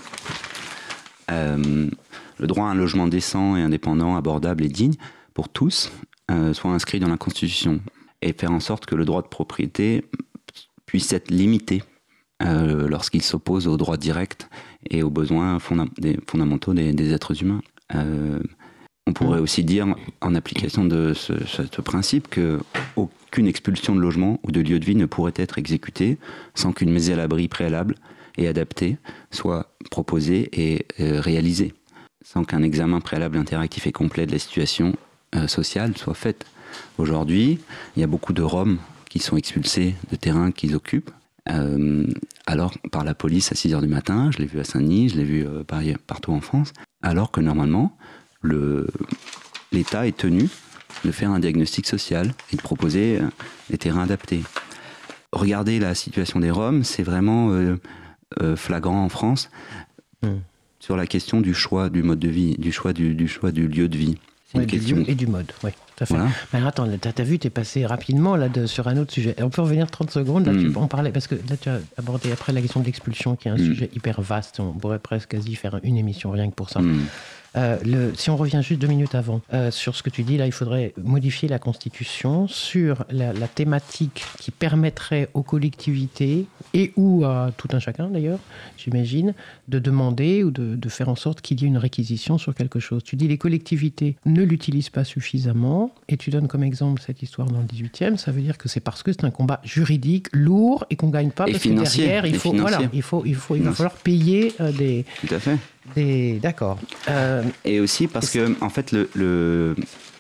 euh, le droit à un logement décent et indépendant, abordable et digne pour tous euh, soit inscrit dans la Constitution. Et faire en sorte que le droit de propriété puisse être limité euh, lorsqu'il s'oppose aux droits directs et aux besoins fonda- des, fondamentaux des, des êtres humains. Euh, on pourrait aussi dire, en application de ce, ce, ce principe, qu'aucune expulsion de logement ou de lieu de vie ne pourrait être exécutée sans qu'une mise à l'abri préalable et adaptée soit proposée et euh, réalisée, sans qu'un examen préalable interactif et complet de la situation euh, sociale soit fait. Aujourd'hui, il y a beaucoup de Roms qui sont expulsés de terrains qu'ils occupent, euh, alors par la police à six heures du matin, je l'ai vu à Saint-Denis, je l'ai vu euh, par, partout en France, alors que normalement, le, l'État est tenu de faire un diagnostic social et de proposer euh, des terrains adaptés. Regardez la situation des Roms, c'est vraiment euh, euh, flagrant en France mmh. sur la question du choix du mode de vie, du choix du, du, choix du lieu de vie. C'est oui, une du question. lieu et du mode, oui. Tout à fait. Voilà. Mais attends, t'as, t'as vu, t'es passé rapidement là, de, sur un autre sujet. On peut revenir trente secondes, là, mmh. tu, on parlait, parce que là tu as abordé après la question de l'expulsion, qui est un mmh. sujet hyper vaste, on pourrait presque quasi faire une émission rien que pour ça. Mmh. Euh, le, si on revient juste deux minutes avant, euh, sur ce que tu dis, là, il faudrait modifier la Constitution sur la, la thématique qui permettrait aux collectivités, et ou à tout un chacun d'ailleurs, j'imagine, de demander ou de, de faire en sorte qu'il y ait une réquisition sur quelque chose. Tu dis les collectivités ne l'utilisent pas suffisamment, et tu donnes comme exemple cette histoire dans le dix-huitième, ça veut dire que c'est parce que c'est un combat juridique lourd et qu'on ne gagne pas, et parce financier, que derrière, il, faut, voilà, il, faut, il, faut, il va falloir payer euh, des... Tout à fait. Des... D'accord. Euh... Et aussi parce que, en fait, le, le...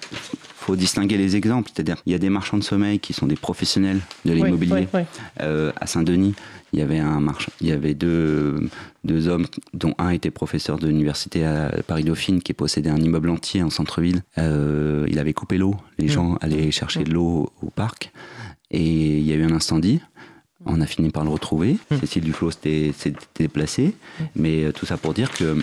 faut distinguer les exemples. C'est-à-dire, il y a des marchands de sommeil qui sont des professionnels de l'immobilier. Oui, oui, oui. Euh, à Saint-Denis, il y avait un marchand, il y avait deux, deux hommes, dont un était professeur de l'université à Paris-Dauphine, qui possédait un immeuble entier en centre-ville. Euh, il avait coupé l'eau. Les mmh. gens allaient chercher mmh. de l'eau au parc. Et il y a eu un incendie. On a fini par le retrouver. Mmh. Cécile Duflot s'était, s'était déplacée. Mmh. Mais euh, tout ça pour dire que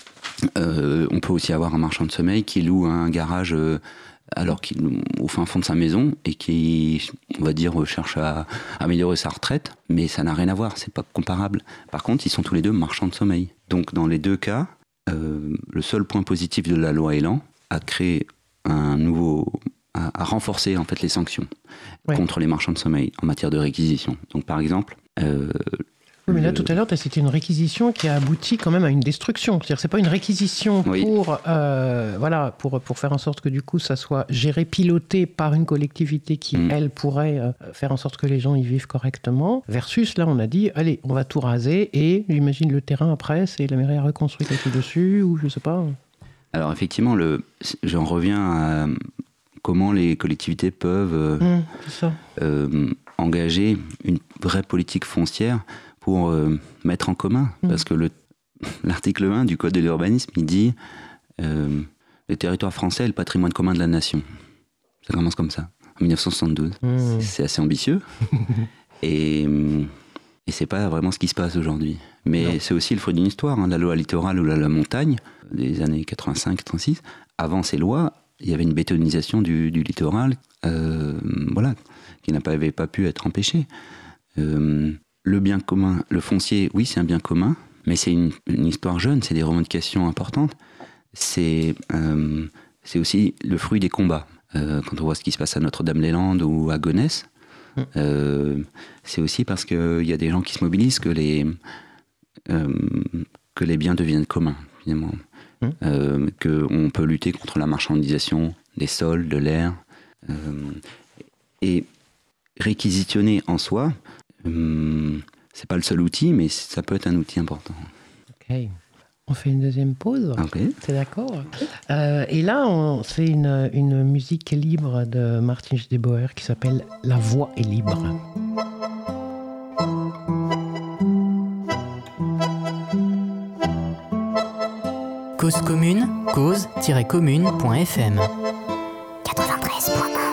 euh, on peut aussi avoir un marchand de sommeil qui loue un garage euh, alors qu'il au fin fond de sa maison et qui, on va dire, cherche à, à améliorer sa retraite. Mais ça n'a rien à voir, c'est pas comparable. Par contre, ils sont tous les deux marchands de sommeil. Donc dans les deux cas, euh, le seul point positif de la loi Elan a créé un nouveau... à renforcer en fait les sanctions ouais. contre les marchands de sommeil en matière de réquisition. Donc par exemple... Euh, oui, mais là le... tout à l'heure tu as cité une réquisition qui a abouti quand même à une destruction. C'est-à-dire que c'est pas une réquisition oui. pour, euh, voilà, pour, pour faire en sorte que du coup ça soit géré, piloté par une collectivité qui mmh. elle pourrait euh, faire en sorte que les gens y vivent correctement, versus là on a dit allez on va tout raser et j'imagine le terrain après c'est la mairie a reconstruit quelque chose dessus ou je sais pas. Alors effectivement le, j'en reviens à... comment les collectivités peuvent euh, mmh, ça. Euh, engager une vraie politique foncière pour euh, mettre en commun. Mmh. Parce que le, l'article un du Code de l'urbanisme, il dit euh, « Le territoire français est le patrimoine commun de la nation ». Ça commence comme ça, en dix-neuf cent soixante-douze. Mmh. C'est, c'est assez ambitieux. Et Et c'est pas vraiment ce qui se passe aujourd'hui. Mais Non. c'est aussi le fruit d'une histoire. Hein. La loi littorale ou la loi montagne, des années quatre-vingt-cinq quatre-vingt-six, avant ces lois, il y avait une bétonisation du, du littoral euh, voilà, qui n'avait pas pu être empêchée. Euh, le bien commun, le foncier, oui, c'est un bien commun, mais c'est une, une histoire jeune, c'est des revendications importantes. C'est, euh, c'est aussi le fruit des combats. Euh, quand on voit ce qui se passe à Notre-Dame-des-Landes ou à Gonesse, mmh. euh, c'est aussi parce qu'il y a des gens qui se mobilisent que les, euh, que les biens deviennent communs, finalement. Mmh. Euh, qu'on peut lutter contre la marchandisation des sols, de l'air. Euh, et réquisitionner en soi, euh, c'est pas le seul outil, mais ça peut être un outil important. Ok. On fait une deuxième pause. Okay. C'est d'accord. Euh, et là, on, c'est une, une musique libre de Martin Schdeebauer qui s'appelle « La voix est libre ». Cause commune, cause tiret commune point f m. quatre-vingt-treize point un.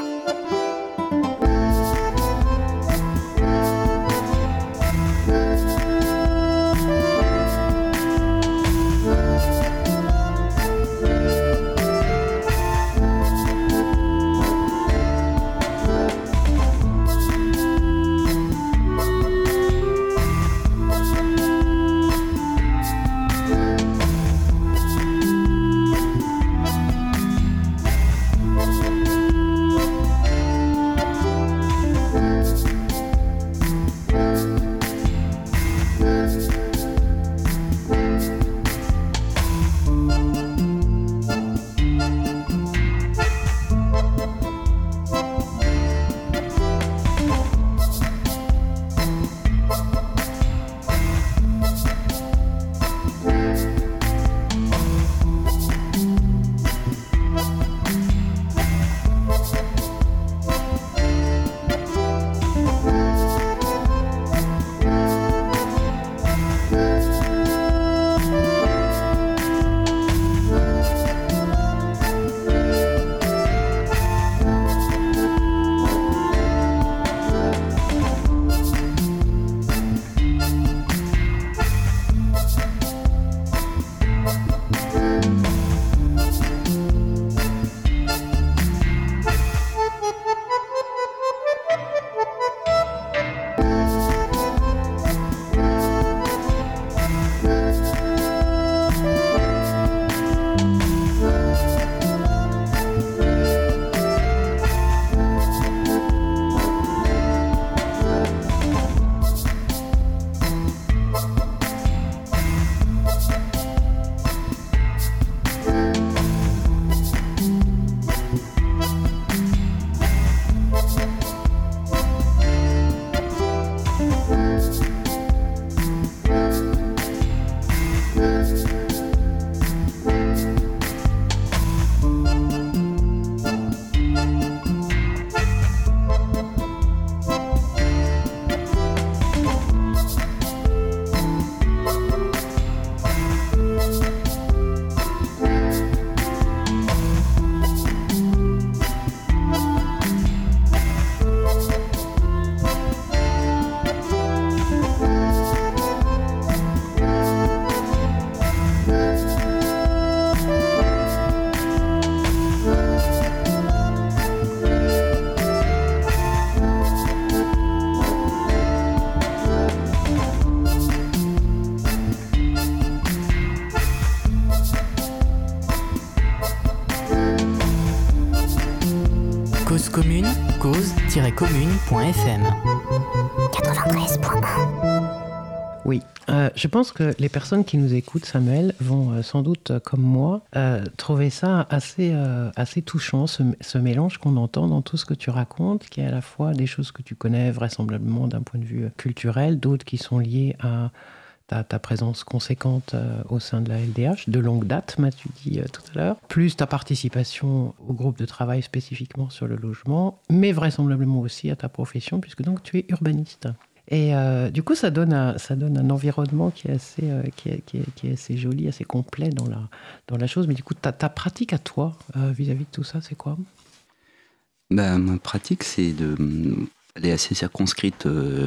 Cause commune, cause tiret commune point f m. quatre-vingt-treize point un. Oui, euh, je pense que les personnes qui nous écoutent, Samuel, vont euh, sans doute, euh, comme moi, euh, trouver ça assez, euh, assez touchant, ce, ce mélange qu'on entend dans tout ce que tu racontes, qui est à la fois des choses que tu connais vraisemblablement d'un point de vue culturel, d'autres qui sont liées à ta, ta présence conséquente euh, au sein de la L D H, de longue date, m'as-tu dit euh, tout à l'heure, plus ta participation au groupe de travail spécifiquement sur le logement, mais vraisemblablement aussi à ta profession, puisque donc tu es urbaniste. Et euh, du coup, ça donne, un, ça donne un environnement qui est, assez, euh, qui, est, qui, est, qui est assez joli, assez complet dans la, dans la chose. Mais du coup, ta, ta pratique à toi, euh, vis-à-vis de tout ça, c'est quoi ? Ben, ma pratique, c'est de, elle est assez circonscrite euh,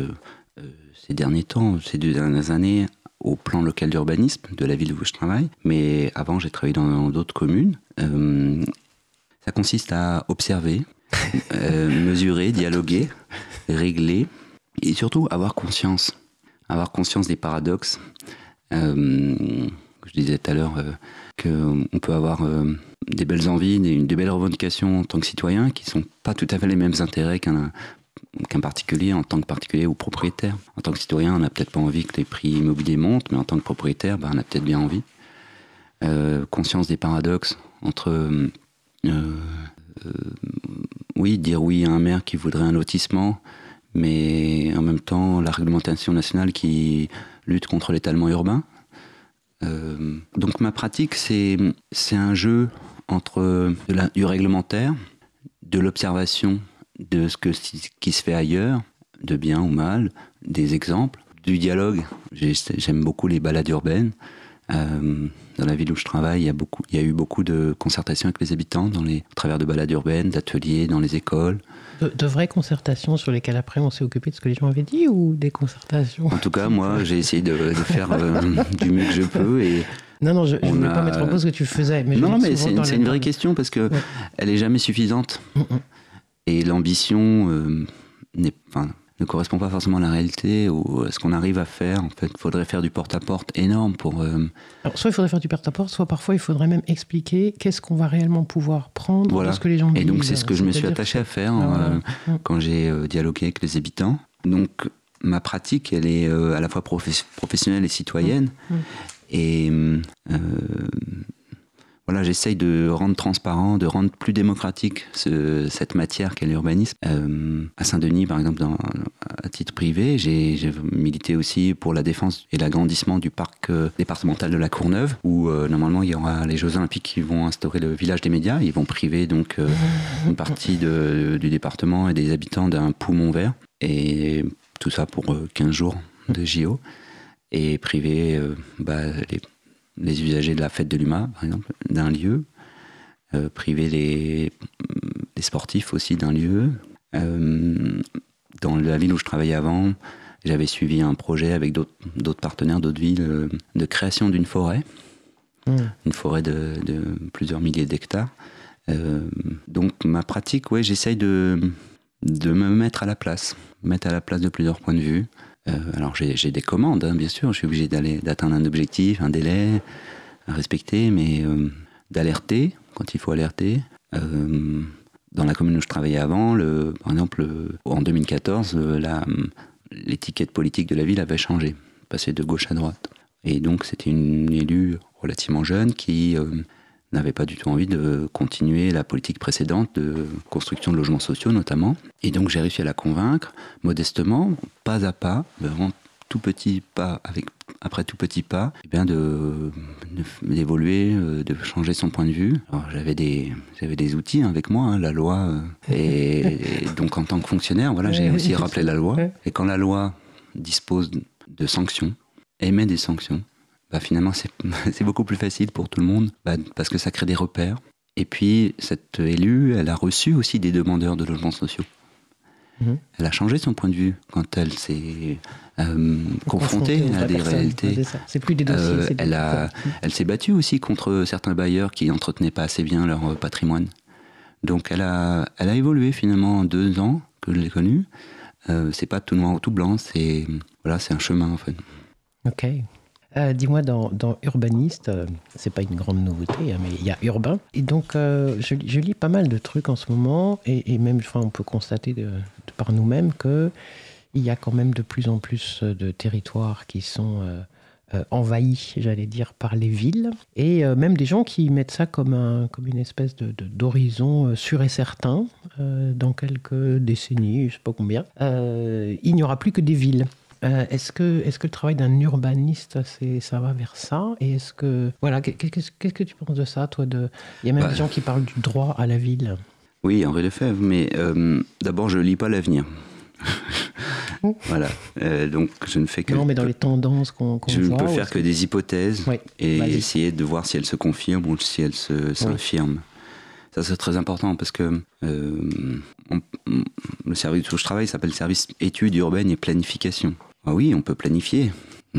euh, ces derniers temps, ces deux dernières années, au plan local d'urbanisme de la ville où je travaille. Mais avant, j'ai travaillé dans, dans d'autres communes. Euh, ça consiste à observer, euh, mesurer, dialoguer, régler et surtout avoir conscience. Avoir conscience des paradoxes. Euh, je disais tout à l'heure euh, qu'on peut avoir euh, des belles envies, des, des belles revendications en tant que citoyen qui ne sont pas tout à fait les mêmes intérêts qu'un, qu'un particulier en tant que particulier ou propriétaire. En tant que citoyen, on n'a peut-être pas envie que les prix immobiliers montent, mais en tant que propriétaire, ben, on a peut-être bien envie. Euh, conscience des paradoxes entre... Euh, euh, oui, dire oui à un maire qui voudrait un lotissement, mais en même temps, la réglementation nationale qui lutte contre l'étalement urbain. Euh, donc ma pratique, c'est, c'est un jeu entre de la, du réglementaire, de l'observation de ce que, qui se fait ailleurs, de bien ou mal, des exemples, du dialogue. J'ai, j'aime beaucoup les balades urbaines. Euh, dans la ville où je travaille, il y a beaucoup, il y a eu beaucoup de concertations avec les habitants dans les, à travers de balades urbaines, d'ateliers dans les écoles. De, de vraies concertations sur lesquelles après on s'est occupé de ce que les gens avaient dit ou des concertations? En tout cas, moi, j'ai essayé de, de faire euh, du mieux que je peux. Et non, non, je ne voulais a... pas mettre en cause ce que tu faisais. Mais non, je mais c'est, c'est une vraie les... question parce qu'elle ouais. n'est jamais suffisante. Mm-mm. Et l'ambition euh, n'est, enfin, ne correspond pas forcément à la réalité ou à ce qu'on arrive à faire. En fait, il faudrait faire du porte-à-porte énorme pour... Euh... Alors, soit il faudrait faire du porte-à-porte, soit parfois il faudrait même expliquer qu'est-ce qu'on va réellement pouvoir prendre voilà. de ce que les gens disent. Et donc c'est ce que je me suis attaché à faire ah, euh, ouais. quand j'ai euh, dialogué avec les habitants. Donc ma pratique, elle est euh, à la fois prof- professionnelle et citoyenne. Mmh. Mmh. Et euh, voilà, j'essaye de rendre transparent, de rendre plus démocratique ce, cette matière qu'est l'urbanisme. Euh, à Saint-Denis, par exemple, dans, à titre privé, j'ai, j'ai milité aussi pour la défense et l'agrandissement du parc euh, départemental de la Courneuve, où euh, normalement il y aura les Jeux Olympiques qui vont instaurer le village des médias. Ils vont priver donc euh, une partie de, du département et des habitants d'un poumon vert. Et tout ça pour euh, quinze jours de J O. Et priver euh, bah, les les usagers de la fête de l'U M A, par exemple, d'un lieu, euh, priver les, les sportifs aussi d'un lieu. Euh, dans la ville où je travaillais avant, j'avais suivi un projet avec d'autres, d'autres partenaires, d'autres villes, euh, de création d'une forêt, mmh. une forêt de, de plusieurs milliers d'hectares. Euh, donc ma pratique, ouais, j'essaye de, de me mettre à la place, mettre à la place de plusieurs points de vue. Euh, alors j'ai, j'ai des commandes, hein, bien sûr, je suis obligé d'aller, d'atteindre un objectif, un délai à respecter, mais euh, d'alerter quand il faut alerter. Euh, dans la commune où je travaillais avant, le, par exemple, le, en deux mille quatorze, la, l'étiquette politique de la ville avait changé, passé de gauche à droite. Et donc c'était une élue relativement jeune qui euh, n'avait pas du tout envie de continuer la politique précédente de construction de logements sociaux notamment. Et donc j'ai réussi à la convaincre, modestement, pas à pas, vraiment tout petit pas, avec, après tout petit pas, eh bien de, de, d'évoluer, de changer son point de vue. Alors j'avais des, j'avais des outils avec moi, hein, la loi, euh, et, et donc en tant que fonctionnaire, voilà, j'ai aussi rappelé la loi. Et quand la loi dispose de sanctions, émet des sanctions, bah finalement c'est, c'est beaucoup plus facile pour tout le monde, bah, parce que ça crée des repères. Et puis cette élue, elle a reçu aussi des demandeurs de logements sociaux. Mmh. Elle a changé son point de vue quand elle s'est euh, confrontée à des personne. réalités. C'est, c'est plus des dossiers. Euh, c'est elle, a, elle s'est battue aussi contre certains bailleurs qui n'entretenaient pas assez bien leur patrimoine. Donc elle a, elle a évolué finalement en deux ans que je l'ai connue. Euh, c'est pas tout noir ou tout blanc, c'est, voilà, c'est un chemin en fait. Ok. Euh, dis-moi, dans, dans Urbaniste, euh, c'est pas une grande nouveauté, hein, mais il y a urbain. Et donc, euh, je, je lis pas mal de trucs en ce moment, et, et même, enfin, on peut constater de, de par nous-mêmes qu'il y a quand même de plus en plus de territoires qui sont euh, euh, envahis, j'allais dire, par les villes. Et euh, même des gens qui mettent ça comme, un, comme une espèce de, de, d'horizon euh, sûr et certain. Euh, dans quelques décennies, je sais pas combien, euh, il n'y aura plus que des villes. Euh, est-ce que, est-ce que le travail d'un urbaniste, c'est, ça va vers ça? Et est-ce que, voilà, qu'est-ce, qu'est-ce que tu penses de ça, toi de... Il y a même bah, des gens qui parlent du droit à la ville. Oui, Henri Lefebvre, mais euh, d'abord, je ne lis pas l'avenir. Voilà, euh, donc je ne fais que... Non, mais dans les tendances qu'on, qu'on je voit... Je ne peux faire que des hypothèses, oui, et vas-y. essayer de voir si elles se confirment ou si elles se, s'infirment. Ça, c'est très important parce que euh, on, on, le service où je travaille s'appelle service études urbaines et planification. Ah oui, on peut planifier.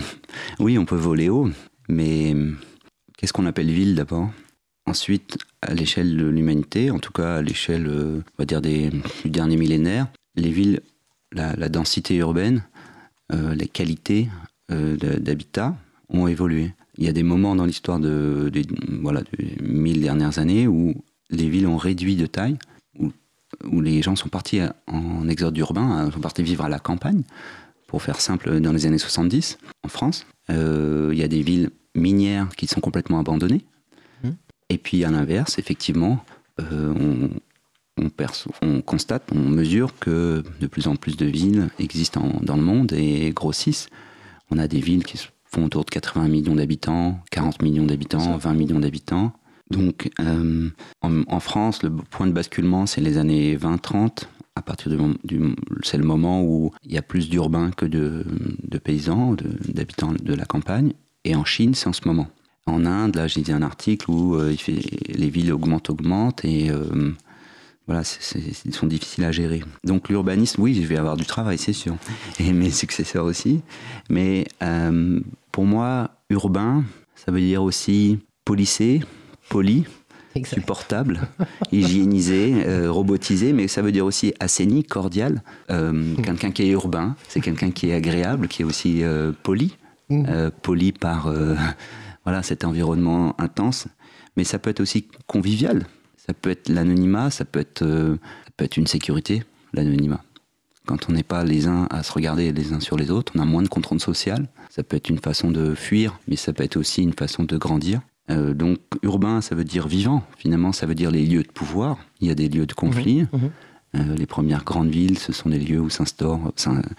Oui, on peut voler haut. Mais qu'est-ce qu'on appelle ville d'abord ? Ensuite, à l'échelle de l'humanité, en tout cas à l'échelle, euh, on va dire, des, du dernier millénaire, les villes, la, la densité urbaine, euh, les qualités euh, d'habitat ont évolué. Il y a des moments dans l'histoire de, de, voilà, des mille dernières années où les villes ont réduit de taille, où, où les gens sont partis en exode urbain, sont partis vivre à la campagne, pour faire simple, dans les années soixante-dix, en France. Euh, il y a des villes minières qui sont complètement abandonnées. Mmh. Et puis, à l'inverse, effectivement, euh, on, on, perçoit, on constate, on mesure que de plus en plus de villes existent en, dans le monde et grossissent. On a des villes qui font autour de quatre-vingts millions d'habitants, quarante millions d'habitants, vingt millions d'habitants. Donc, euh, en, en France, le point de basculement, c'est les années vingt trente. À partir du, du c'est le moment où il y a plus d'urbains que de, de paysans, de, d'habitants de la campagne. Et en Chine, c'est en ce moment. En Inde, là, j'ai dit un article où euh, il fait, les villes augmentent, augmentent, et euh, voilà, c'est, c'est, ils sont difficiles à gérer. Donc l'urbanisme, oui, je vais avoir du travail, c'est sûr. Et mes successeurs aussi. Mais euh, pour moi, urbain, ça veut dire aussi policé, poli. Exact. Supportable, hygiénisé, euh, robotisé, mais ça veut dire aussi assaini, cordial. Euh, mmh. Quelqu'un qui est urbain, c'est quelqu'un qui est agréable, qui est aussi euh, poli, mmh. euh, poli par euh, voilà, cet environnement intense. Mais ça peut être aussi convivial. Ça peut être l'anonymat, ça peut être, euh, ça peut être une sécurité, l'anonymat. Quand on n'est pas les uns à se regarder les uns sur les autres, on a moins de contraintes sociales. Ça peut être une façon de fuir, mais ça peut être aussi une façon de grandir. Euh, donc urbain, ça veut dire vivant. Finalement, ça veut dire les lieux de pouvoir. Il y a des lieux de conflit. Mmh, mmh. Euh, les premières grandes villes, ce sont des lieux où s'instaurent,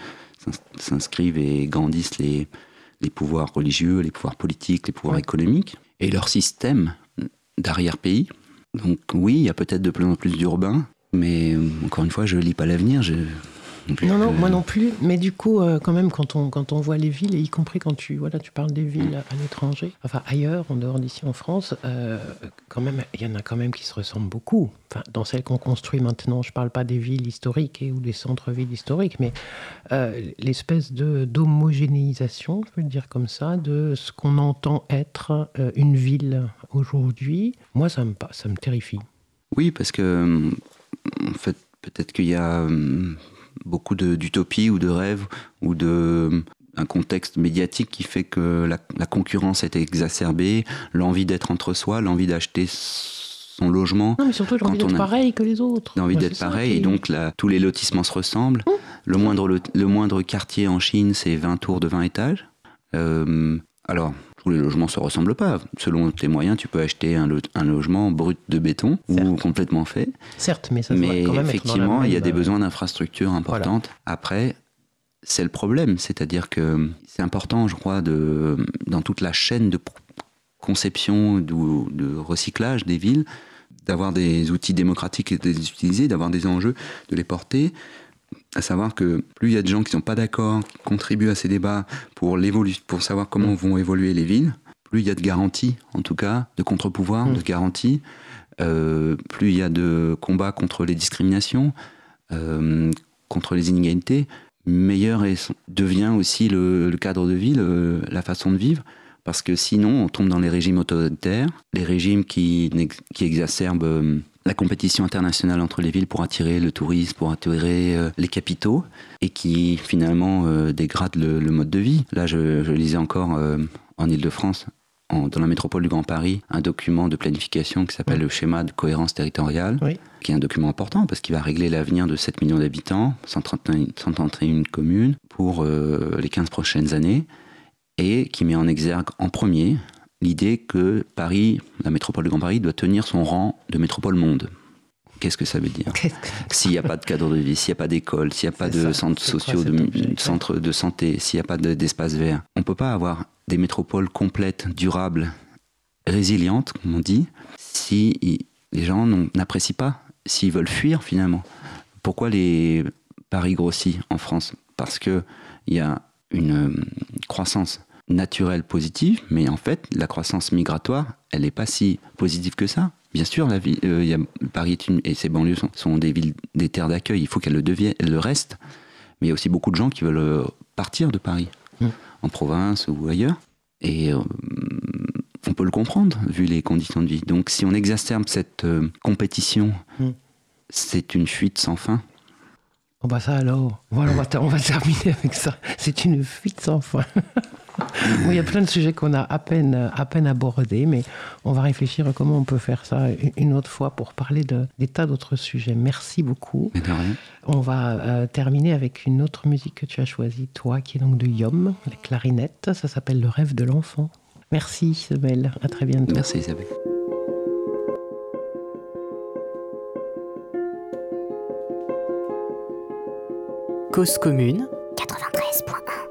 s'inscrivent et grandissent les, les pouvoirs religieux, les pouvoirs politiques, les pouvoirs ouais. économiques et leur système d'arrière-pays. Donc oui, il y a peut-être de plus en plus d'urbains, mais encore une fois, je ne lis pas l'avenir. Je... Non, non, moi non plus. Mais du coup, euh, quand même, quand on, quand on voit les villes, et y compris quand tu, voilà, tu parles des villes à, à l'étranger, enfin ailleurs, en dehors d'ici en France, euh, quand même, il y en a quand même qui se ressemblent beaucoup. Enfin, dans celles qu'on construit maintenant, je ne parle pas des villes historiques et, ou des centres-villes historiques, mais euh, l'espèce de, d'homogénéisation, je peux le dire comme ça, de ce qu'on entend être euh, une ville aujourd'hui, moi, ça me, ça me terrifie. Oui, parce que, en fait, peut-être qu'il y a... beaucoup de, d'utopie ou de rêve ou de, un contexte médiatique qui fait que la, la concurrence est exacerbée, l'envie d'être entre soi, l'envie d'acheter son logement. Non, mais surtout l'envie d'être a... pareil que les autres. L'envie ouais, d'être pareil, qui... et donc là, tous les lotissements se ressemblent. Mmh. Le, moindre, le, le moindre quartier en Chine, c'est vingt tours de vingt étages. Euh, alors... Tous les logements ne se ressemblent pas. Selon tes moyens, tu peux acheter un, lo- un logement brut de béton Certes. Ou complètement fait. Certes, mais ça mais doit quand même effectivement, même... il y a des besoins d'infrastructures importantes. Voilà. Après, c'est le problème. C'est-à-dire que c'est important, je crois, de, dans toute la chaîne de conception, de, de recyclage des villes, d'avoir des outils démocratiques et de les utiliser, d'avoir des enjeux, de les porter. À savoir que plus il y a de gens qui ne sont pas d'accord, qui contribuent à ces débats pour, pour savoir comment vont évoluer les villes, plus il y a de garanties, en tout cas, de contre-pouvoirs, mmh. de garanties, euh, plus il y a de combats contre les discriminations, euh, contre les inégalités, meilleur est, devient aussi le, le cadre de vie, le, la façon de vivre, parce que sinon on tombe dans les régimes autoritaires, les régimes qui, qui exacerbent... Euh, la compétition internationale entre les villes pour attirer le tourisme, pour attirer euh, les capitaux, et qui finalement euh, dégrade le, le mode de vie. Là, je, je lisais encore euh, en Île-de-France, en, dans la métropole du Grand Paris, un document de planification qui s'appelle oui. le schéma de cohérence territoriale, oui. qui est un document important parce qu'il va régler l'avenir de sept millions d'habitants, cent trente et une communes, pour euh, les quinze prochaines années, et qui met en exergue en premier l'idée que Paris, la métropole du Grand Paris, doit tenir son rang de métropole monde. Qu'est-ce que ça veut dire ? S'il n'y a pas de cadre de vie, s'il n'y a pas d'école, s'il n'y a pas c'est de ça, centres sociaux, de centres de santé, s'il n'y a pas de, d'espace vert, on ne peut pas avoir des métropoles complètes, durables, résilientes, comme on dit, si les gens n'apprécient pas, s'ils veulent fuir finalement. Pourquoi les Paris grossit en France ? Parce qu'il y a une croissance naturelle positive, mais en fait, la croissance migratoire, elle n'est pas si positive que ça. Bien sûr, la vie, euh, y a, Paris est une, et ses banlieues sont, sont des villes, des terres d'accueil. Il faut qu'elles le deviennent, elles le restent. Mais il y a aussi beaucoup de gens qui veulent partir de Paris, mmh. en province ou ailleurs. Et euh, on peut le comprendre, vu les conditions de vie. Donc si on exacerbe cette euh, compétition, mmh. c'est une fuite sans fin. Oh bah ça alors, voilà, on, va on va terminer avec ça. C'est une fuite sans fin. Bon, il y a plein de sujets qu'on a à peine, à peine abordés, mais on va réfléchir à comment on peut faire ça une autre fois pour parler de, des tas d'autres sujets. Merci beaucoup. Mais de rien. On va euh, terminer avec une autre musique que tu as choisie, toi, qui est donc de Yom, la clarinette. Ça s'appelle Le rêve de l'enfant. Merci Isabelle, à très bientôt. Merci Isabelle. Cause commune quatre-vingt-treize point un